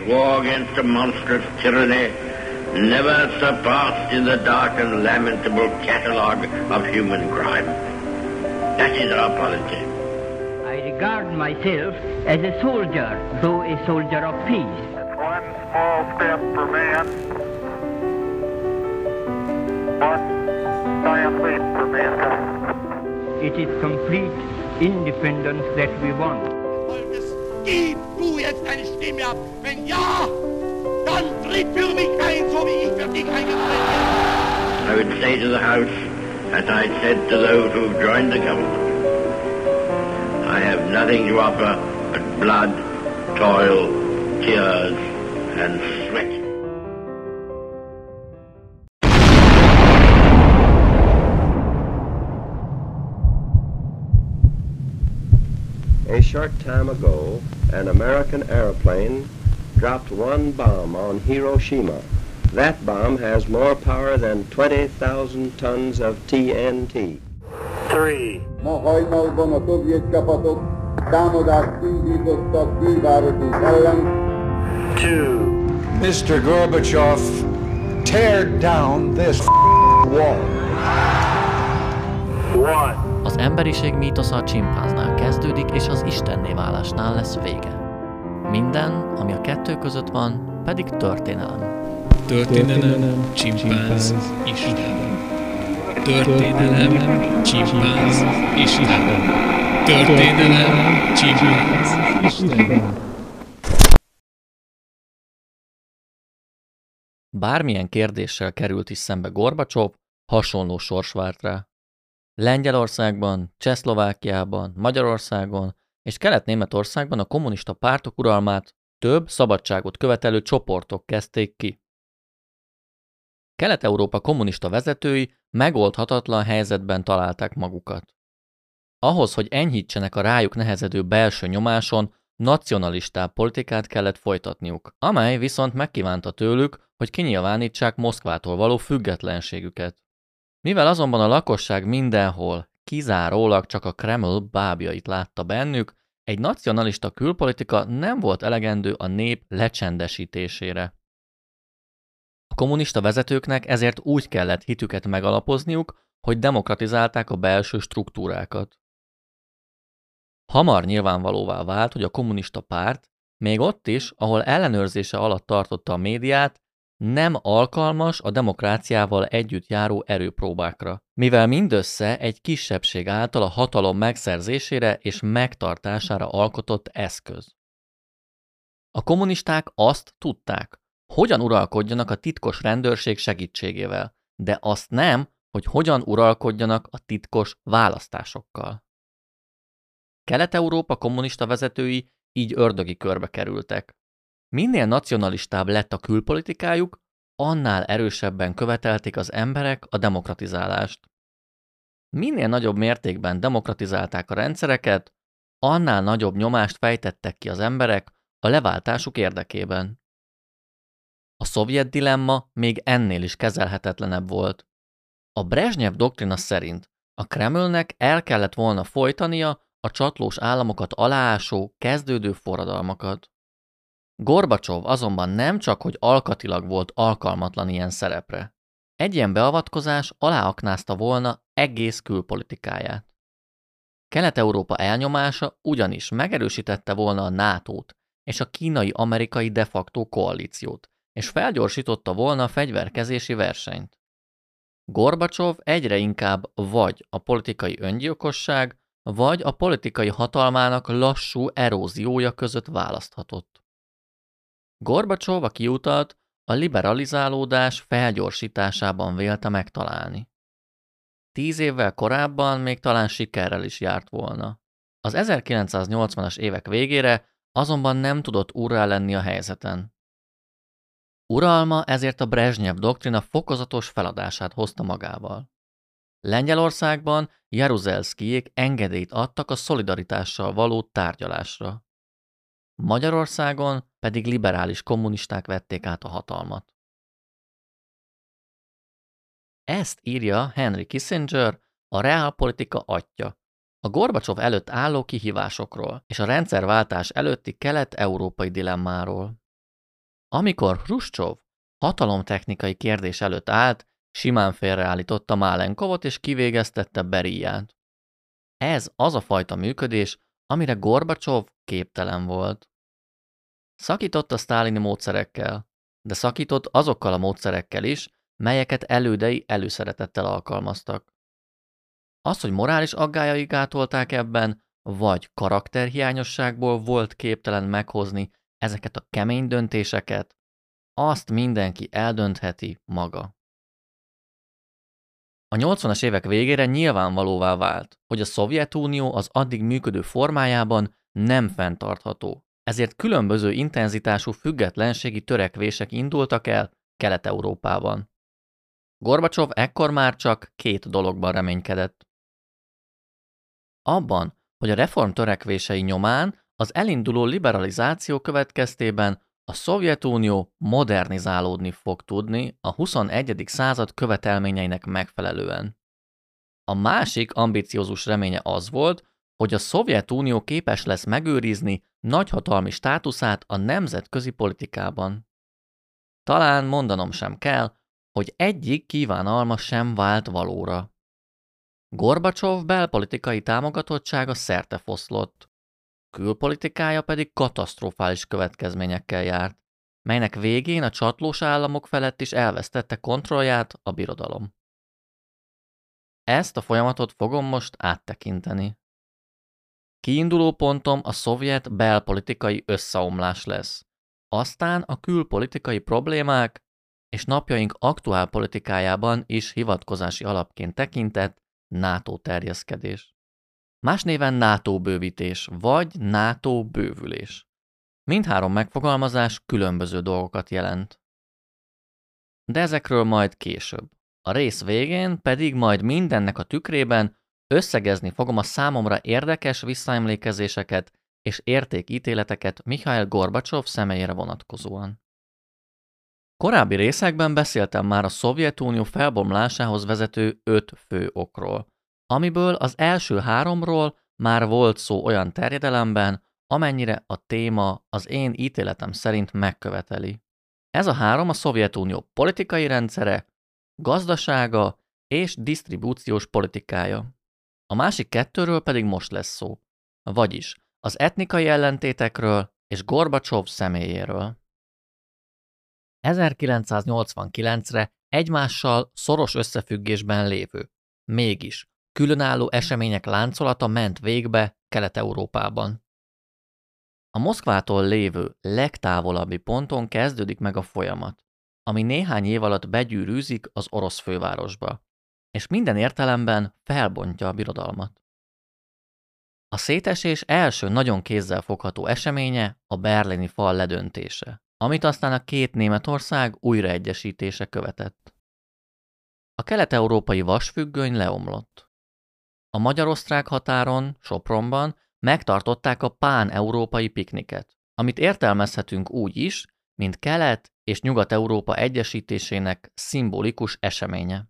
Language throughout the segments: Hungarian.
war against a monstrous tyranny never surpassed in the dark and lamentable catalogue of human crime. That is our policy. I regard myself as a soldier, though a soldier of peace. It's one small step for man, one giant leap for mankind. It is complete independence that we want. Gib du jetzt deine Stimme ab. Wenn ja, dann tritt für mich ein, so wie ich für dich eingetreten bin. I would say to the House, as I said to those who joined the government, I have nothing to offer but blood, toil, tears, and sweat. A short time ago, an American airplane dropped one bomb on Hiroshima. That bomb has more power than 20,000 tons of TNT. 3. Ma hajnalban a szovjet csapatok támadást indítottak külvárosunk ellen. 2. Mr. Gorbachev, tear down this wall. 1. Az emberiség mítosza a csimpánznál kezdődik, és az istenné válásnál lesz vége. Minden, ami a kettő között van, pedig történelem. Történelem, csimpánz, Isten. Történelem, csimpánz, Isten. Történelem, csimpánz, Isten. Bármilyen kérdéssel került is szembe Gorbacsov, hasonló sors várt rá. Lengyelországban, Csehszlovákiában, Magyarországon és Kelet-Németországban a kommunista pártok uralmát több szabadságot követelő csoportok kezdték ki. Kelet-Európa kommunista vezetői megoldhatatlan helyzetben találták magukat. Ahhoz, hogy enyhítsenek a rájuk nehezedő belső nyomáson, nacionalistább politikát kellett folytatniuk, amely viszont megkívánta tőlük, hogy kinyilvánítsák Moszkvától való függetlenségüket. Mivel azonban a lakosság mindenhol, kizárólag csak a Kreml bábjait látta bennük, egy nacionalista külpolitika nem volt elegendő a nép lecsendesítésére. A kommunista vezetőknek ezért úgy kellett hitüket megalapozniuk, hogy demokratizálták a belső struktúrákat. Hamar nyilvánvalóvá vált, hogy a kommunista párt, még ott is, ahol ellenőrzése alatt tartotta a médiát, nem alkalmas a demokráciával együtt járó erőpróbákra, mivel mindössze egy kisebbség által a hatalom megszerzésére és megtartására alkotott eszköz. A kommunisták azt tudták, hogyan uralkodjanak a titkos rendőrség segítségével, de azt nem, hogy hogyan uralkodjanak a titkos választásokkal. Kelet-Európa kommunista vezetői így ördögi körbe kerültek. Minél nacionalistább lett a külpolitikájuk, annál erősebben követelték az emberek a demokratizálást. Minél nagyobb mértékben demokratizálták a rendszereket, annál nagyobb nyomást fejtettek ki az emberek a leváltásuk érdekében. A szovjet dilemma még ennél is kezelhetetlenebb volt. A Brezsnyev doktrina szerint a Kremlnek el kellett volna folytania a csatlós államokat aláásó, kezdődő forradalmakat. Gorbacsov azonban nem csak, hogy alkatilag volt alkalmatlan ilyen szerepre. Egy ilyen beavatkozás aláaknázta volna egész külpolitikáját. Kelet-Európa elnyomása ugyanis megerősítette volna a NATO-t és a kínai-amerikai de facto koalíciót, és felgyorsította volna a fegyverkezési versenyt. Gorbacsov egyre inkább vagy a politikai öngyilkosság, vagy a politikai hatalmának lassú eróziója között választhatott. Gorbacsov a kiutat a liberalizálódás felgyorsításában vélte megtalálni. 10 évvel korábban még talán sikerrel is járt volna. Az 1980-as évek végére azonban nem tudott úrrá lenni a helyzeten. Uralma ezért a Brezsnyev doktrina fokozatos feladását hozta magával. Lengyelországban Jaruzelszkijék engedélyt adtak a szolidaritással való tárgyalásra. Magyarországon pedig liberális kommunisták vették át a hatalmat. Ezt írja Henry Kissinger, a reálpolitika atyja, a Gorbacsov előtt álló kihívásokról és a rendszerváltás előtti kelet-európai dilemmáról. Amikor Hruscsov hatalomtechnikai kérdés előtt állt, simán félreállította Malenkovot és kivégeztette Beriját. Ez az a fajta működés, amire Gorbacsov képtelen volt. Szakított a sztálini módszerekkel, de szakított azokkal a módszerekkel is, melyeket elődei előszeretettel alkalmaztak. Az, hogy morális aggályai gátolták ebben, vagy karakterhiányosságból volt képtelen meghozni ezeket a kemény döntéseket, azt mindenki eldöntheti maga. A 80-as évek végére nyilvánvalóvá vált, hogy a Szovjetunió az addig működő formájában nem fenntartható, ezért különböző intenzitású függetlenségi törekvések indultak el Kelet-Európában. Gorbacsov ekkor már csak 2 dologban reménykedett. Abban, hogy a reform törekvései nyomán az elinduló liberalizáció következtében a Szovjetunió modernizálódni fog tudni a 21. század követelményeinek megfelelően. A másik ambiciózus reménye az volt, hogy a Szovjetunió képes lesz megőrizni nagyhatalmi státuszát a nemzetközi politikában. Talán mondanom sem kell, hogy egyik kívánalma sem vált valóra. Gorbacsov belpolitikai támogatottsága szertefoszlott, külpolitikája pedig katasztrofális következményekkel járt, melynek végén a csatlós államok felett is elvesztette kontrollját a birodalom. Ezt a folyamatot fogom most áttekinteni. Kiinduló pontom a szovjet belpolitikai összeomlás lesz, aztán a külpolitikai problémák és napjaink aktuálpolitikájában is hivatkozási alapként tekintett NATO terjeszkedés. Más néven NATO bővítés vagy NATO bővülés. Mindhárom megfogalmazás különböző dolgokat jelent. De ezekről majd később. A rész végén pedig majd mindennek a tükrében összegezni fogom a számomra érdekes visszaemlékezéseket és értékítéleteket Mihail Gorbacsov személyére vonatkozóan. Korábbi részekben beszéltem már a Szovjetunió felbomlásához vezető 5 fő okról, amiből az első 3-ról már volt szó olyan terjedelemben, amennyire a téma az én ítéletem szerint megköveteli. Ez a 3 a Szovjetunió politikai rendszere, gazdasága és disztribúciós politikája. A másik 2-ről pedig most lesz szó, vagyis az etnikai ellentétekről és Gorbacsov személyéről. 1989-re egymással szoros összefüggésben lévő, mégis különálló események láncolata ment végbe Kelet-Európában. A Moszkvától lévő legtávolabbi ponton kezdődik meg a folyamat, ami néhány év alatt begyűrűzik az orosz fővárosba, és minden értelemben felbontja a birodalmat. A szétesés első nagyon kézzelfogható eseménye a berlini fal ledöntése, amit aztán a 2 Németország újraegyesítése követett. A kelet-európai vasfüggöny leomlott. A magyar-osztrák határon, Sopronban megtartották a pán-európai pikniket, amit értelmezhetünk úgy is, mint Kelet- és Nyugat-Európa egyesítésének szimbolikus eseménye.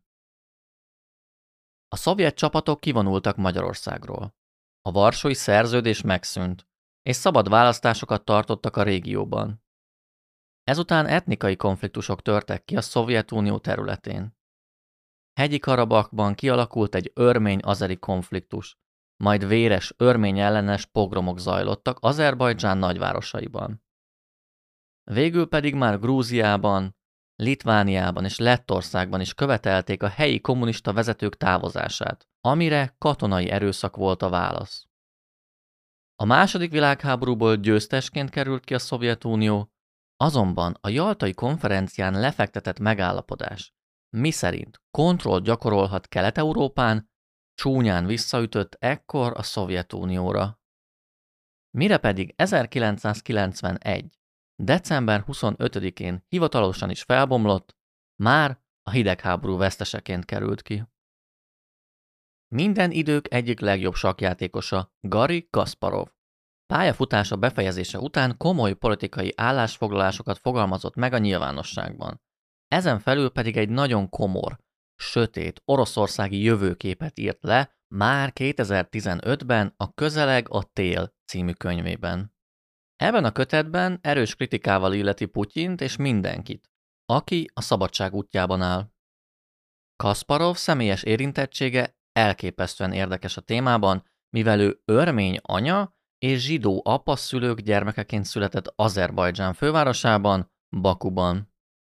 A szovjet csapatok kivonultak Magyarországról. A Varsói Szerződés megszűnt, és szabad választásokat tartottak a régióban. Ezután etnikai konfliktusok törtek ki a Szovjetunió területén. Hegyi Karabakban kialakult egy örmény-azeri konfliktus, majd véres örmény ellenes pogromok zajlottak Azerbajdzsán nagyvárosaiban. Végül pedig már Grúziában, Litvániában és Lettországban is követelték a helyi kommunista vezetők távozását, amire katonai erőszak volt a válasz. A második világháborúból győztesként került ki a Szovjetunió, azonban a Jaltai konferencián lefektetett megállapodás, miszerint kontrollt gyakorolhat Kelet-Európán, csúnyán visszaütött ekkor a Szovjetunióra. Mire pedig 1991. december 25-én hivatalosan is felbomlott, már a hidegháború veszteseként került ki. Minden idők egyik legjobb sakkjátékosa, Garri Kasparov. Pályafutása befejezése után komoly politikai állásfoglalásokat fogalmazott meg a nyilvánosságban. Ezen felül pedig egy nagyon komor, sötét oroszországi jövőképet írt le már 2015-ben a Közeleg a tél című könyvében. Ebben a kötetben erős kritikával illeti Putyint és mindenkit, aki a szabadság útjában áll. Kasparov személyes érintettsége elképesztően érdekes a témában, mivel ő örmény anya és zsidó apa szülők gyermekeként született Azerbajdzsán fővárosában, Bakuban.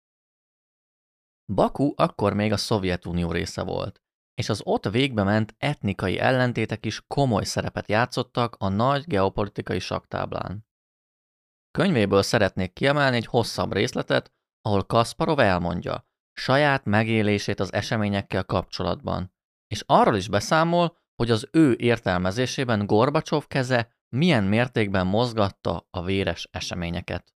Baku akkor még a Szovjetunió része volt, és az ott végbe ment etnikai ellentétek is komoly szerepet játszottak a nagy geopolitikai sakktáblán. Könyvéből szeretnék kiemelni egy hosszabb részletet, ahol Kasparov elmondja saját megélését az eseményekkel kapcsolatban, és arról is beszámol, hogy az ő értelmezésében Gorbacsov keze milyen mértékben mozgatta a véres eseményeket.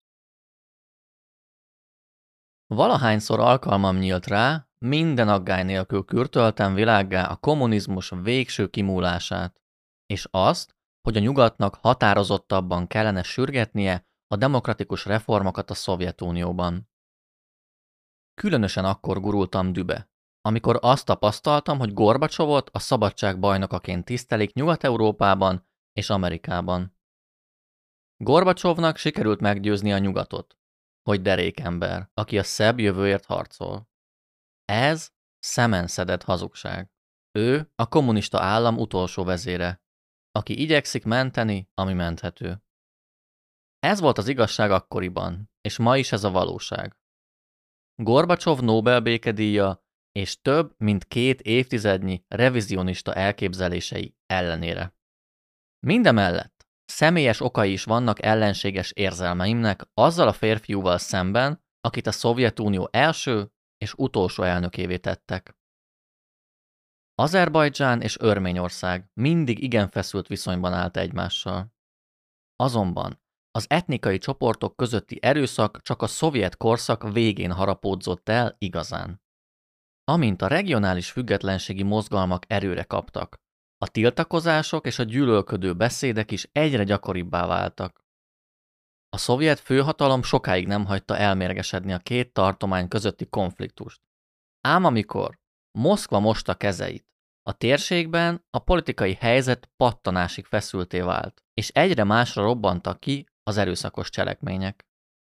Valahányszor alkalmam nyílt rá, minden aggály nélkül kürtöltem világgá a kommunizmus végső kimúlását, és azt, hogy a nyugatnak határozottabban kellene sürgetnie a demokratikus reformokat a Szovjetunióban. Különösen akkor gurultam dühbe, amikor azt tapasztaltam, hogy Gorbacsovot a szabadság bajnokaként tisztelik Nyugat-Európában és Amerikában. Gorbacsovnak sikerült meggyőzni a nyugatot, hogy derékember, aki a szebb jövőért harcol. Ez szemenszedett hazugság. Ő a kommunista állam utolsó vezére, aki igyekszik menteni, ami menthető. Ez volt az igazság akkoriban, és ma is ez a valóság. Gorbacsov Nobel békedíja és több mint 2 évtizednyi revizionista elképzelései ellenére. Mindemellett személyes okai is vannak ellenséges érzelmeimnek azzal a férfiúval szemben, akit a Szovjetunió első és utolsó elnökévé tettek. Azerbajdzsán és Örményország mindig igen feszült viszonyban állt egymással. Azonban az etnikai csoportok közötti erőszak csak a szovjet korszak végén harapódzott el igazán. Amint a regionális függetlenségi mozgalmak erőre kaptak, a tiltakozások és a gyűlölködő beszédek is egyre gyakoribbá váltak. A szovjet főhatalom sokáig nem hagyta elmérgesedni a két tartomány közötti konfliktust. Ám amikor Moszkva mosta kezeit, a térségben a politikai helyzet pattanásig feszültté vált, és egyre másra robbantak ki az erőszakos cselekmények.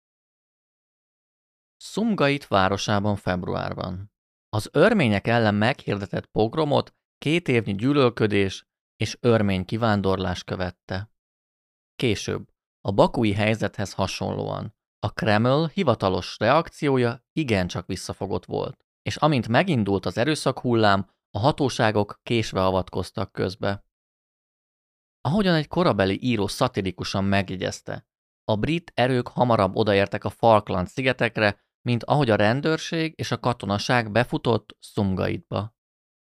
Szumgait városában februárban. Az örmények ellen meghirdetett pogromot 2 évnyi gyűlölködés és örmény kivándorlás követte. Később, a bakui helyzethez hasonlóan, a Kreml hivatalos reakciója igencsak visszafogott volt, és amint megindult az erőszakhullám, a hatóságok késve avatkoztak közbe. Ahogyan egy korabeli író szatirikusan megjegyezte, a brit erők hamarabb odaértek a Falkland-szigetekre, mint ahogy a rendőrség és a katonaság befutott Szumgaitba.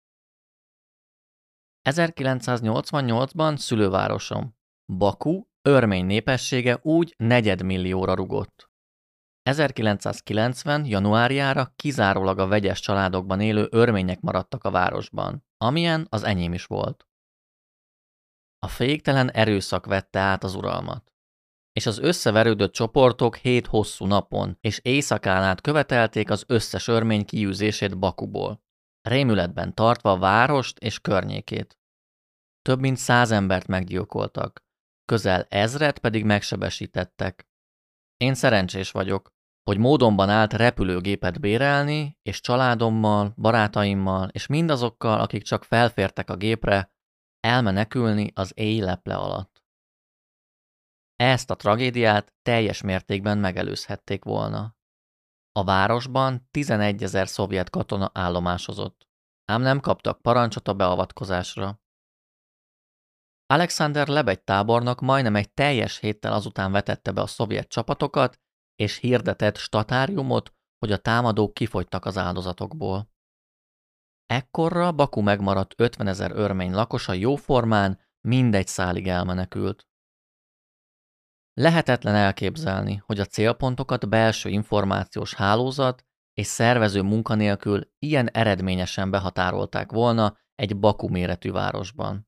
1988-ban szülővárosom, Baku, örmény népessége úgy 4 millióra rugott. 1990. januárjára kizárólag a vegyes családokban élő örmények maradtak a városban, amilyen az enyém is volt. A féktelen erőszak vette át az uralmat, és az összeverődött csoportok 7 hosszú napon és éjszakán át követelték az összes örmény kiűzését Bakuból, rémületben tartva a várost és környékét. Több mint 100 embert meggyilkoltak, közel 1000-et pedig megsebesítettek. Én szerencsés vagyok, hogy módonban állt repülőgépet bérelni, és családommal, barátaimmal és mindazokkal, akik csak felfértek a gépre, elmenekülni az éjleple alatt. Ezt a tragédiát teljes mértékben megelőzhették volna. A városban 11 000 szovjet katona állomásozott, ám nem kaptak parancsot a beavatkozásra. Alexander Lebegy tábornok majdnem egy teljes héttel azután vetette be a szovjet csapatokat, és hirdetett statáriumot, hogy a támadók kifogytak az áldozatokból. Ekkorra Baku megmaradt 50 000 örmény lakosa jóformán mindegy szálig elmenekült. Lehetetlen elképzelni, hogy a célpontokat belső információs hálózat és szervező munkanélkül ilyen eredményesen behatárolták volna egy Baku méretű városban.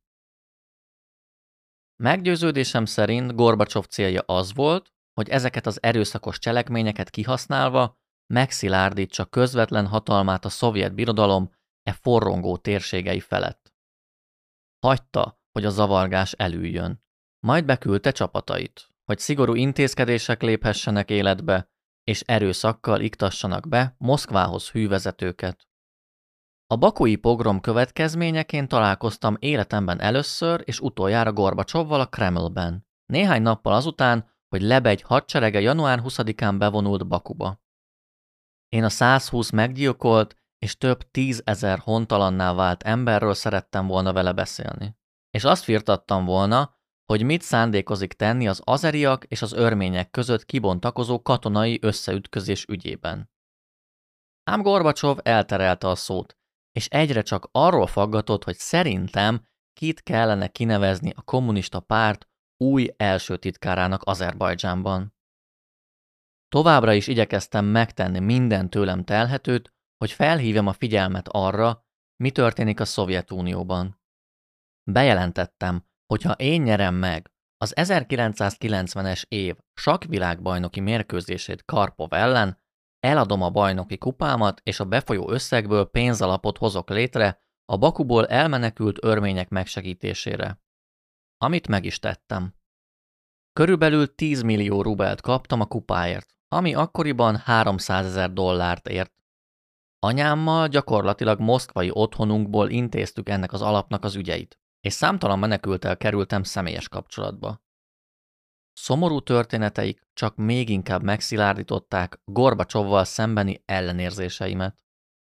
Meggyőződésem szerint Gorbacsov célja az volt, hogy ezeket az erőszakos cselekményeket kihasználva megszilárdítsa közvetlen hatalmát a szovjet birodalom forrongó térségei felett. Hagyta, hogy a zavargás elüljön, majd beküldte csapatait, hogy szigorú intézkedések léphessenek életbe, és erőszakkal iktassanak be Moszkvához hű vezetőket. A bakui pogrom következményeként találkoztam életemben először és utoljára Gorbacsovval a Kremlben. Néhány nappal azután, hogy Lebegy hadserege január 20-án bevonult Bakuba. Én a 120 meggyilkolt és több 10 000 hontalanná vált emberről szerettem volna vele beszélni. És azt firtattam volna, hogy mit szándékozik tenni az azeriak és az örmények között kibontakozó katonai összeütközés ügyében. Ám Gorbacsov elterelte a szót, és egyre csak arról faggatott, hogy szerintem kit kellene kinevezni a kommunista párt új első titkárának Azerbajdzsánban. Továbbra is igyekeztem megtenni minden tőlem telhetőt, hogy felhívjam a figyelmet arra, mi történik a Szovjetunióban. Bejelentettem, hogy ha én nyerem meg az 1990-es év sakkvilágbajnoki mérkőzését Karpov ellen, eladom a bajnoki kupámat, és a befolyó összegből pénzalapot hozok létre a Bakuból elmenekült örmények megsegítésére. Amit meg is tettem. Körülbelül 10 millió rubelt kaptam a kupáért, ami akkoriban 300 000 dollárt ért. Anyámmal gyakorlatilag moszkvai otthonunkból intéztük ennek az alapnak az ügyeit, és számtalan menekülttel kerültem személyes kapcsolatba. Szomorú történeteik csak még inkább megszilárdították Gorbacsovval szembeni ellenérzéseimet.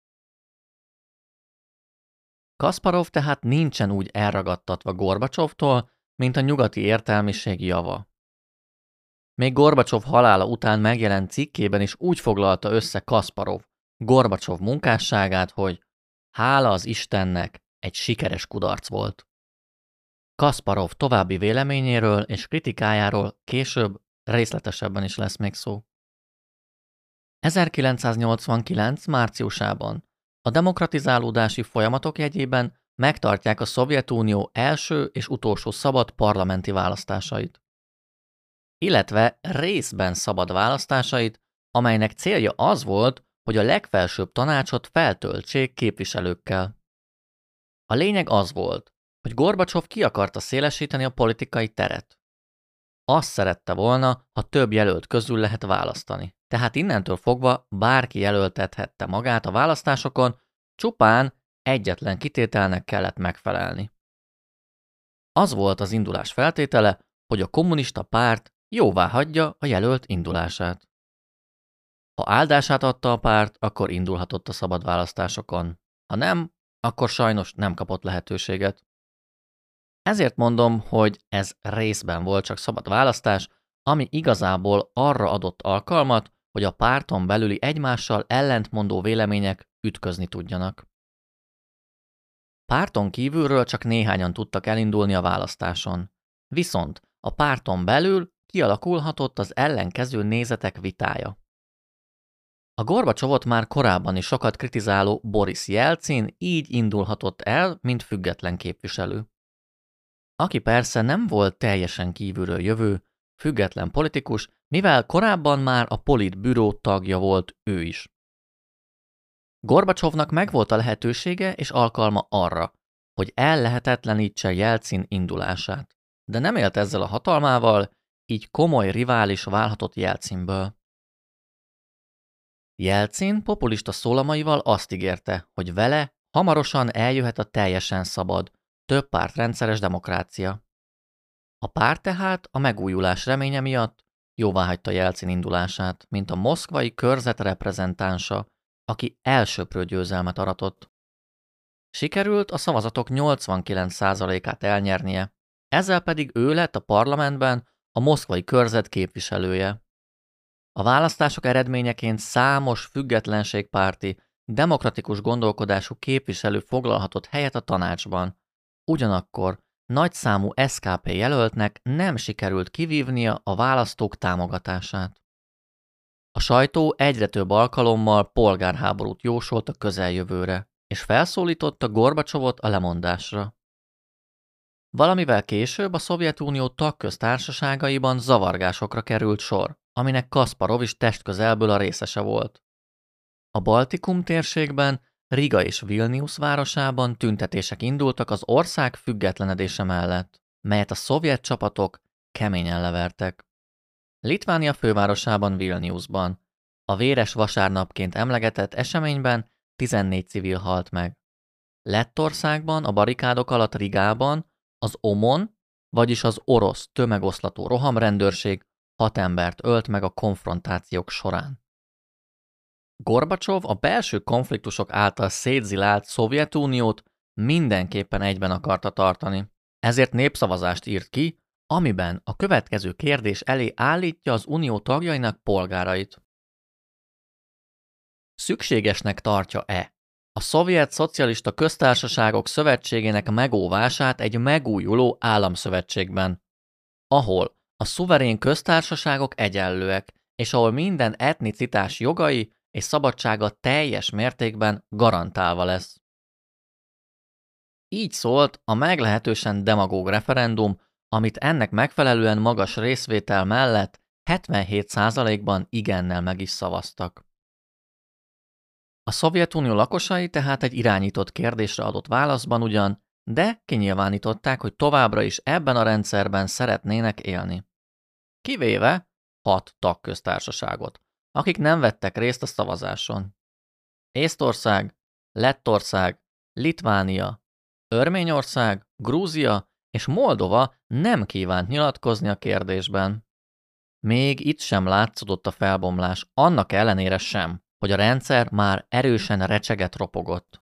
Kasparov tehát nincsen úgy elragadtatva Gorbacsovtól, mint a nyugati értelmiség java. Még Gorbacsov halála után megjelent cikkében is úgy foglalta össze Kasparov Gorbacsov munkásságát, hogy hála az Istennek, egy sikeres kudarc volt. Kasparov további véleményéről és kritikájáról később részletesebben is lesz még szó. 1989. márciusában a demokratizálódási folyamatok jegyében megtartják a Szovjetunió első és utolsó szabad parlamenti választásait. Illetve részben szabad választásait, amelynek célja az volt, hogy a legfelsőbb tanácsot feltöltsék képviselőkkel. A lényeg az volt, hogy Gorbacsov ki akarta szélesíteni a politikai teret. Azt szerette volna, ha több jelölt közül lehet választani. Tehát innentől fogva bárki jelöltethette magát a választásokon, csupán egyetlen kitételnek kellett megfelelni. Az volt az indulás feltétele, hogy a kommunista párt jóváhagyja a jelölt indulását. Ha áldását adta a párt, akkor indulhatott a szabad választásokon. Ha nem, akkor sajnos nem kapott lehetőséget. Ezért mondom, hogy ez részben volt csak szabad választás, ami igazából arra adott alkalmat, hogy a párton belüli egymással ellentmondó vélemények ütközni tudjanak. Párton kívülről csak néhányan tudtak elindulni a választáson. Viszont a párton belül kialakulhatott az ellenkező nézetek vitája. A Gorbacsovot már korábban is sokat kritizáló Boris Jelcin így indulhatott el, mint független képviselő. Aki persze nem volt teljesen kívülről jövő, független politikus, mivel korábban már a Politbüró tagja volt ő is. Gorbacsovnak megvolt a lehetősége és alkalma arra, hogy ellehetetlenítse Jelcin indulását, de nem élt ezzel a hatalmával, így komoly rivális válhatott Jelcinből. Jelcin populista szólamaival azt ígérte, hogy vele hamarosan eljöhet a teljesen szabad, többpártrendszeres demokrácia. A párt tehát a megújulás reménye miatt jóváhagyta Jelcin indulását, mint a moszkvai körzet reprezentánsa, aki elsöprő győzelmet aratott. Sikerült a szavazatok 89%-át elnyernie, ezzel pedig ő lett a parlamentben a moszkvai körzet képviselője. A választások eredményeként számos függetlenségpárti, demokratikus gondolkodású képviselő foglalhatott helyet a tanácsban, ugyanakkor nagyszámú SKP jelöltnek nem sikerült kivívnia a választók támogatását. A sajtó egyre több alkalommal polgárháborút jósolt a közeljövőre, és felszólította Gorbacsovot a lemondásra. Valamivel később a Szovjetunió tagköztársaságaiban zavargásokra került sor, aminek Kasparov is testközelből a részese volt. A Baltikum térségben, Riga és Vilnius városában tüntetések indultak az ország függetlenedése mellett, melyet a szovjet csapatok keményen levertek. Litvánia fővárosában Vilniusban. A véres vasárnapként emlegetett eseményben 14 civil halt meg. Lettországban, a barikádok alatt Rigában az OMON, vagyis az orosz tömegoszlató rohamrendőrség 6 embert ölt meg a konfrontációk során. Gorbacsov a belső konfliktusok által szétzilált Szovjetuniót mindenképpen egyben akarta tartani. Ezért népszavazást írt ki, amiben a következő kérdés elé állítja az unió tagjainak polgárait. Szükségesnek tartja-e a Szovjet Szocialista Köztársaságok Szövetségének megóvását egy megújuló államszövetségben, ahol a szuverén köztársaságok egyenlőek, és ahol minden etnicitás jogai és szabadsága teljes mértékben garantálva lesz. Így szólt a meglehetősen demagóg referendum, amit ennek megfelelően magas részvétel mellett 77%-ban igennel meg is szavaztak. A Szovjetunió lakosai tehát egy irányított kérdésre adott válaszban ugyan, de kinyilvánították, hogy továbbra is ebben a rendszerben szeretnének élni. Kivéve 6 tagköztársaságot, akik nem vettek részt a szavazáson. Észtország, Lettország, Litvánia, Örményország, Grúzia és Moldova nem kívánt nyilatkozni a kérdésben. Még itt sem látszódott a felbomlás, annak ellenére sem, hogy a rendszer már erősen recseget ropogott.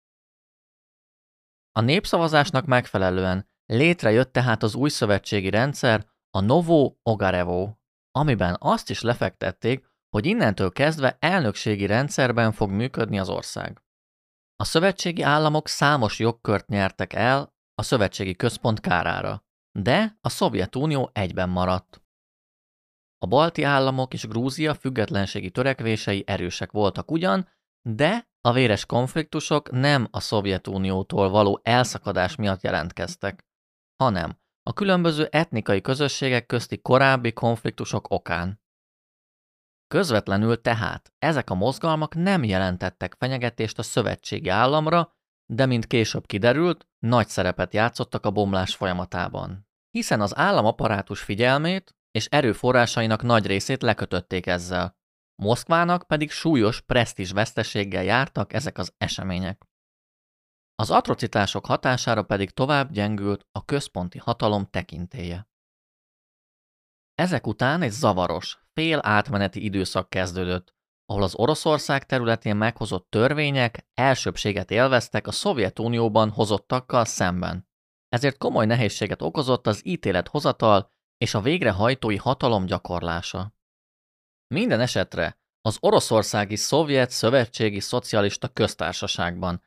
A népszavazásnak megfelelően létrejött tehát az új szövetségi rendszer, a Novo Ogarevo, amiben azt is lefektették, hogy innentől kezdve elnökségi rendszerben fog működni az ország. A szövetségi államok számos jogkört nyertek el a szövetségi központ kárára, de a Szovjetunió egyben maradt. A balti államok és Grúzia függetlenségi törekvései erősek voltak ugyan, de a véres konfliktusok nem a Szovjetuniótól való elszakadás miatt jelentkeztek, hanem a különböző etnikai közösségek közti korábbi konfliktusok okán. Közvetlenül tehát ezek a mozgalmak nem jelentettek fenyegetést a szövetségi államra, de mint később kiderült, nagy szerepet játszottak a bomlás folyamatában, hiszen az államaparátus figyelmét és erőforrásainak nagy részét lekötötték ezzel. Moszkvának pedig súlyos presztízsveszteséggel jártak ezek az események. Az atrocitások hatására pedig tovább gyengült a központi hatalom tekintélye. Ezek után egy zavaros, fél átmeneti időszak kezdődött, ahol az Oroszország területén meghozott törvények elsőbbséget élveztek a Szovjetunióban hozottakkal szemben. Ezért komoly nehézséget okozott az ítélethozatal és a végrehajtói hatalom gyakorlása. Minden esetre az Oroszországi Szovjet Szövetségi Szocialista Köztársaságban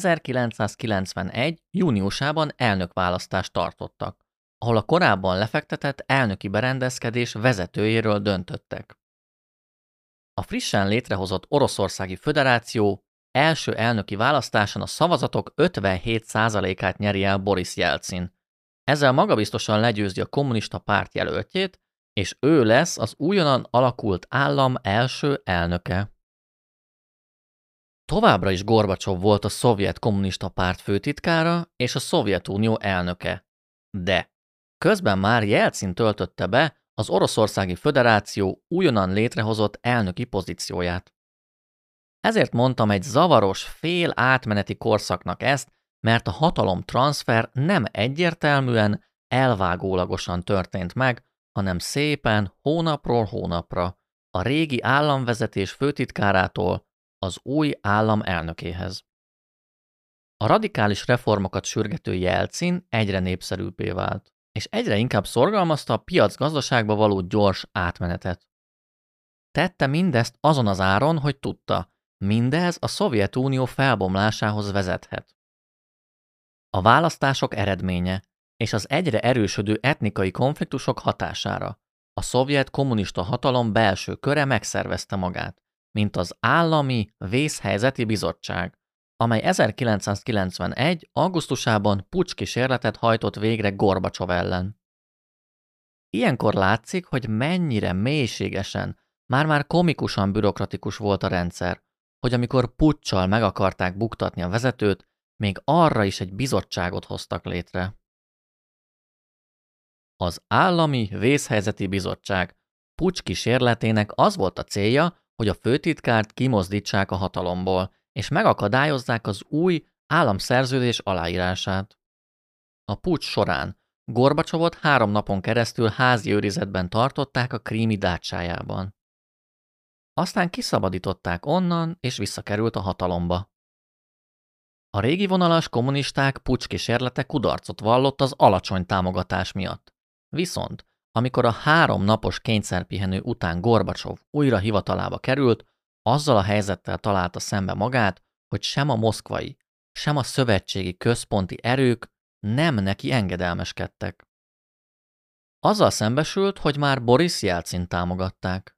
1991. júniusában elnökválasztást tartottak, ahol a korábban lefektetett elnöki berendezkedés vezetőjéről döntöttek. A frissen létrehozott Oroszországi Föderáció első elnöki választásán a szavazatok 57%-át nyeri el Boris Jelcin. Ezzel magabiztosan legyőzi a kommunista párt jelöltjét, és ő lesz az újonnan alakult állam első elnöke. Továbbra is Gorbacsov volt a szovjet kommunista párt főtitkára és a Szovjetunió elnöke, de közben már Jelcin töltötte be az Oroszországi Föderáció újonnan létrehozott elnöki pozícióját. Ezért mondtam egy zavaros, fél átmeneti korszaknak ezt, mert a hatalomtranszfer nem egyértelműen, elvágólagosan történt meg, hanem szépen hónapról hónapra, a régi államvezetés főtitkárától az új állam elnökéhez. A radikális reformokat sürgető Jelcin egyre népszerűbbé vált, és egyre inkább szorgalmazta a piacgazdaságba való gyors átmenetet. Tette mindezt azon az áron, hogy tudta, mindez a Szovjetunió felbomlásához vezethet. A választások eredménye és az egyre erősödő etnikai konfliktusok hatására a szovjet kommunista hatalom belső köre megszervezte magát, mint az Állami Vészhelyzeti Bizottság, amely 1991. augusztusában pucckísérletet hajtott végre Gorbacsov ellen. Ilyenkor látszik, hogy mennyire mélységesen, már-már komikusan bürokratikus volt a rendszer, hogy amikor puccsal meg akarták buktatni a vezetőt, még arra is egy bizottságot hoztak létre. Az Állami Vészhelyzeti Bizottság puccs kísérletének az volt a célja, hogy a főtitkárt kimozdítsák a hatalomból, és megakadályozzák az új államszerződés aláírását. A puccs során Gorbacsovot 3 napon keresztül házi őrizetben tartották a krími dácsájában. Aztán kiszabadították onnan, és visszakerült a hatalomba. A régi vonalas kommunisták puccs kísérlete kudarcot vallott az alacsony támogatás miatt. Viszont, amikor a 3 napos kényszerpihenő után Gorbacsov újra hivatalába került, azzal a helyzettel találta szembe magát, hogy sem a moszkvai, sem a szövetségi központi erők nem neki engedelmeskedtek. Azzal szembesült, hogy már Boris Jelcint támogatták.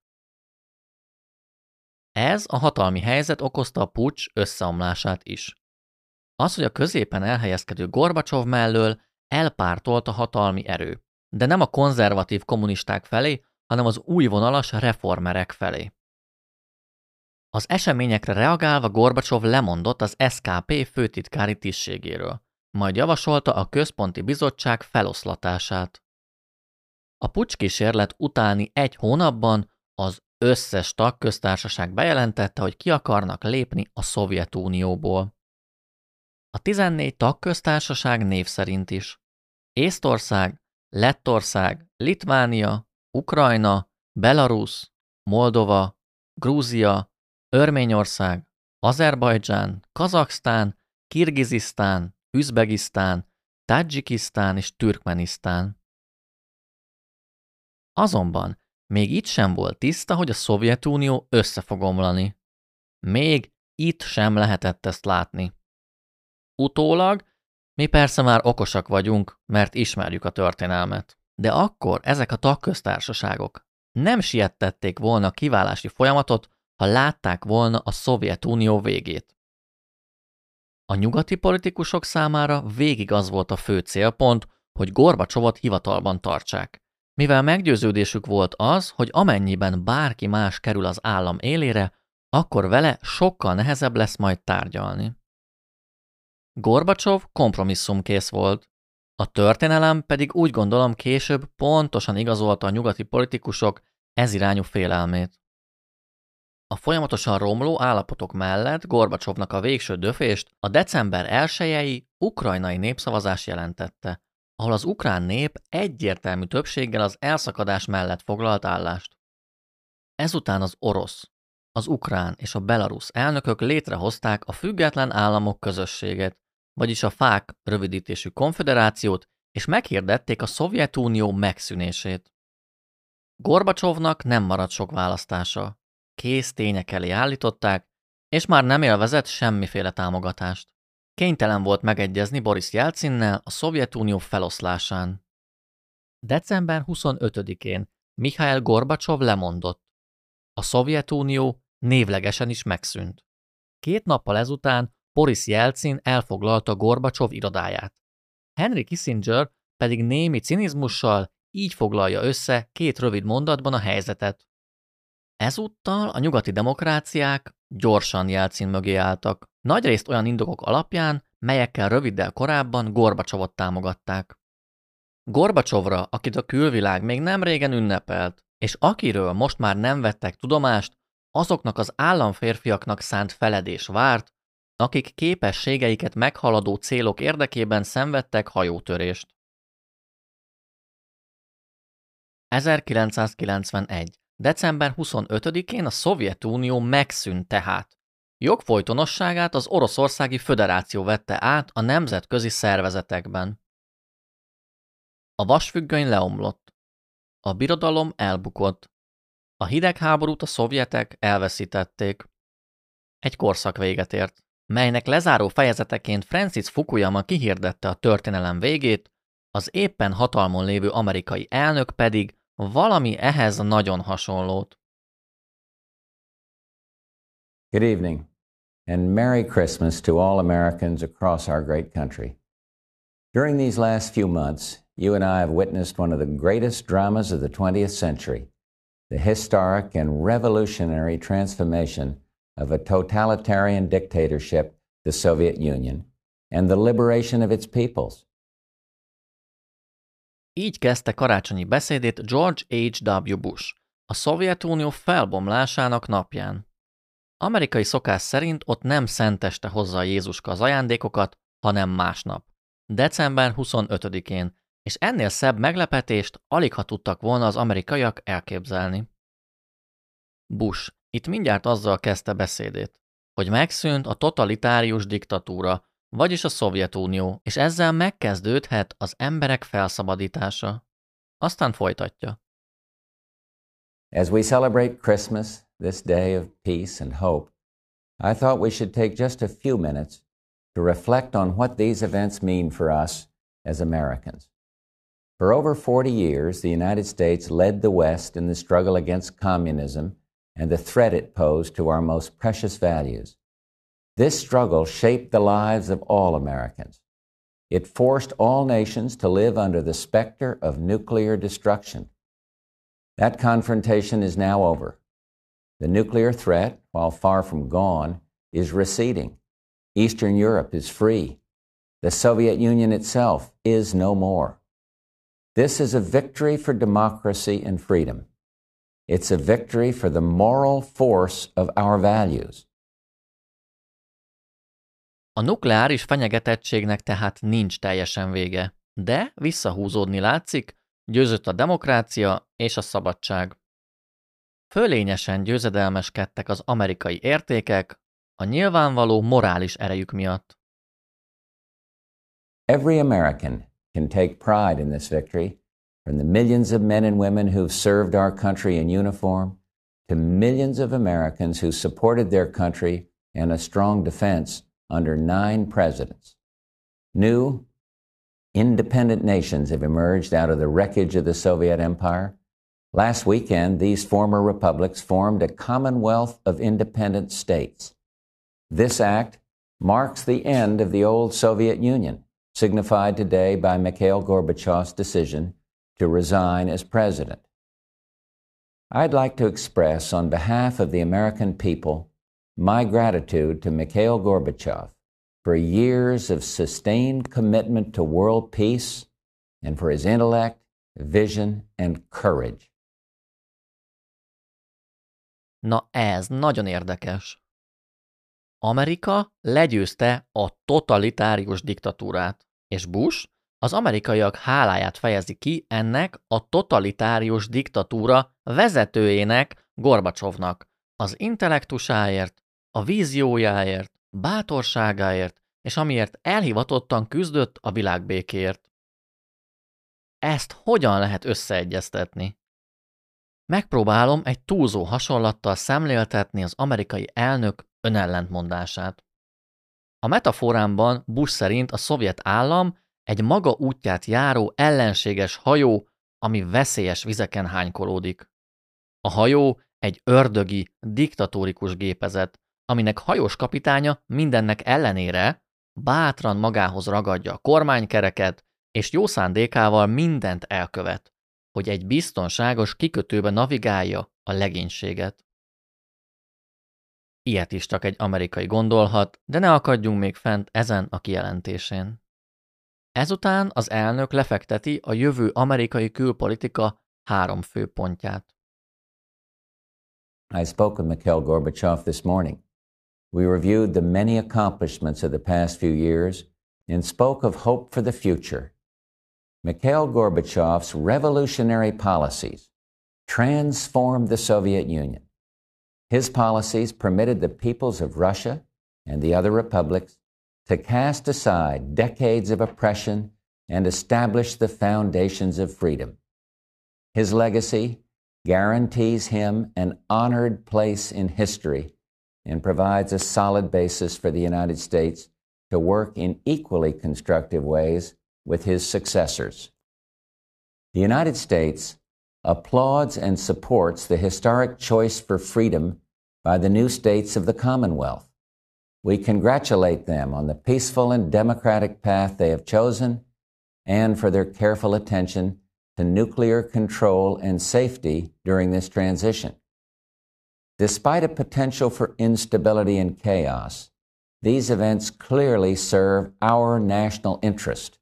Ez a hatalmi helyzet okozta a puccs összeomlását is. Az, hogy a középen elhelyezkedő Gorbacsov mellől elpártolt a hatalmi erő, de nem a konzervatív kommunisták felé, hanem az új vonalas reformerek felé. Az eseményekre reagálva Gorbacsov lemondott az SKP főtitkári tisztségéről, majd javasolta a központi bizottság feloszlatását. A puccs-kísérlet utáni 1 hónapban az összes tagköztársaság bejelentette, hogy ki akarnak lépni a Szovjetunióból. A 14 tagköztársaság név szerint is: Észtország, Lettország, Litvánia, Ukrajna, Belarus, Moldova, Grúzia, Örményország, Azerbajdzsán, Kazaksztán, Kirgizisztán, Üzbegisztán, Tadzsikisztán és Türkmenisztán. Azonban még itt sem volt tiszta, hogy a Szovjetunió össze fog omlani. Még itt sem lehetett ezt látni. Utólag mi persze már okosak vagyunk, mert ismerjük a történelmet. De akkor ezek a tagköztársaságok nem siettették volna a kiválási folyamatot, ha látták volna a Szovjetunió végét. A nyugati politikusok számára végig az volt a fő célpont, hogy Gorbacsovot hivatalban tartsák, mivel meggyőződésük volt az, hogy amennyiben bárki más kerül az állam élére, akkor vele sokkal nehezebb lesz majd tárgyalni. Gorbacsov kompromisszumkész volt, a történelem pedig úgy gondolom később pontosan igazolta a nyugati politikusok ezirányú félelmét. A folyamatosan romló állapotok mellett Gorbacsovnak a végső döfést a december 1-i ukrajnai népszavazás jelentette, ahol az ukrán nép egyértelmű többséggel az elszakadás mellett foglalt állást. Ezután az orosz, az ukrán és a belarusz elnökök létrehozták a Független Államok Közösséget, vagyis a FÁK rövidítésű konföderációt, és meghirdették a Szovjetunió megszűnését. Gorbacsovnak nem maradt sok választása. Kész tények elé állították, és már nem élvezett semmiféle támogatást. Kénytelen volt megegyezni Boris Jelcinnel a Szovjetunió feloszlásán. December 25-én Mihail Gorbacsov lemondott. A Szovjetunió névlegesen is megszűnt. 2 nappal ezután Boris Jelcin elfoglalta Gorbacsov irodáját. Henry Kissinger pedig némi cinizmussal így foglalja össze 2 rövid mondatban a helyzetet. Ezúttal a nyugati demokráciák gyorsan Jelcin mögé álltak, nagyrészt olyan indokok alapján, melyekkel röviddel korábban Gorbacsovot támogatták. Gorbacsovra, akit a külvilág még nem régen ünnepelt, és akiről most már nem vettek tudomást, azoknak az államférfiaknak szánt feledés várt, akik képességeiket meghaladó célok érdekében szenvedtek hajótörést. 1991. december 25-én a Szovjetunió megszűnt tehát. Jogfolytonosságát az Oroszországi Föderáció vette át a nemzetközi szervezetekben. A vasfüggöny leomlott. A birodalom elbukott. A hidegháborút a szovjetek elveszítették. Egy korszak véget ért, melynek lezáró fejezeteként Francis Fukuyama kihirdette a történelem végét, az éppen hatalmon lévő amerikai elnök pedig valami ehhez nagyon hasonlót. Good evening, and Merry Christmas to all Americans across our great country. During these last few months, you and I have witnessed one of the greatest dramas of the 20th century, the historic and revolutionary transformation of a totalitarian dictatorship, the Soviet Union, and the liberation of its peoples. Így kezdte karácsonyi beszédét George H.W. Bush, a Szovjetunió felbomlásának napján. Amerikai szokás szerint ott nem szenteste hozza a Jézuska az ajándékokat, hanem másnap, december 25-én, és ennél szebb meglepetést aligha tudtak volna az amerikaiak elképzelni. Bush itt mindjárt azzal kezdte beszédét, hogy megszűnt a totalitárius diktatúra, vagyis a Szovjetunió, és ezzel megkezdődhet az emberek felszabadítása. Aztán folytatja. As we celebrate Christmas, this day of peace and hope, I thought we should take just a few minutes to reflect on what these events mean for us as Americans. For over 40 years, the United States led the West in the struggle against communism and the threat it posed to our most precious values. This struggle shaped the lives of all Americans. It forced all nations to live under the specter of nuclear destruction. That confrontation is now over. The nuclear threat, while far from gone, is receding. Eastern Europe is free. The Soviet Union itself is no more. This is a victory for democracy and freedom. It's a victory for the moral force of our values. A nukleáris fenyegetettségnek tehát nincs teljesen vége, de visszahúzódni látszik, győzött a demokrácia és a szabadság. Fölényesen győzedelmeskedtek az amerikai értékek a nyilvánvaló morális erejük miatt. Every American can take pride in this victory, from the millions of men and women who've served our country in uniform to millions of Americans who supported their country and a strong defense under 9 presidents. New, independent nations have emerged out of the wreckage of the Soviet Empire. Last weekend, these former republics formed a Commonwealth of Independent States. This act marks the end of the old Soviet Union, signified today by Mikhail Gorbachev's decision to resign as president. I'd like to express on behalf of the American people my gratitude to Mikhail Gorbachev for years of sustained commitment to world peace and for his intellect, vision and courage. Na ez nagyon érdekes. Amerika legyőzte a totalitárius diktatúrát, és Bush az amerikaiak háláját fejezi ki ennek a totalitárius diktatúra vezetőjének, Gorbacsovnak, az intellektusáért, a víziójáért, bátorságáért, és amiért elhivatottan küzdött a világbékéért. Ezt hogyan lehet összeegyeztetni? Megpróbálom egy túlzó hasonlattal szemléltetni az amerikai elnök önellentmondását. A metaforámban Bush szerint a szovjet állam egy maga útját járó ellenséges hajó, ami veszélyes vizeken hánykolódik. A hajó egy ördögi, diktatórikus gépezet, aminek hajós kapitánya mindennek ellenére bátran magához ragadja a kormánykereket, és jó szándékával mindent elkövet, hogy egy biztonságos kikötőbe navigálja a legénységet. Ilyet is csak egy amerikai gondolhat, de ne akadjunk még fent ezen a kijelentésén. Ezután az elnök lefekteti a jövő amerikai külpolitika 3 fő pontját. I spoke with Mikhail Gorbachev this morning. We reviewed the many accomplishments of the past few years and spoke of hope for the future. Mikhail Gorbachev's revolutionary policies transformed the Soviet Union. His policies permitted the peoples of Russia and the other republics to cast aside decades of oppression and establish the foundations of freedom. His legacy guarantees him an honored place in history and provides a solid basis for the United States to work in equally constructive ways with his successors. The United States applauds and supports the historic choice for freedom by the new states of the Commonwealth. We congratulate them on the peaceful and democratic path they have chosen and for their careful attention to nuclear control and safety during this transition. Despite a potential for instability and chaos, these events clearly serve our national interest.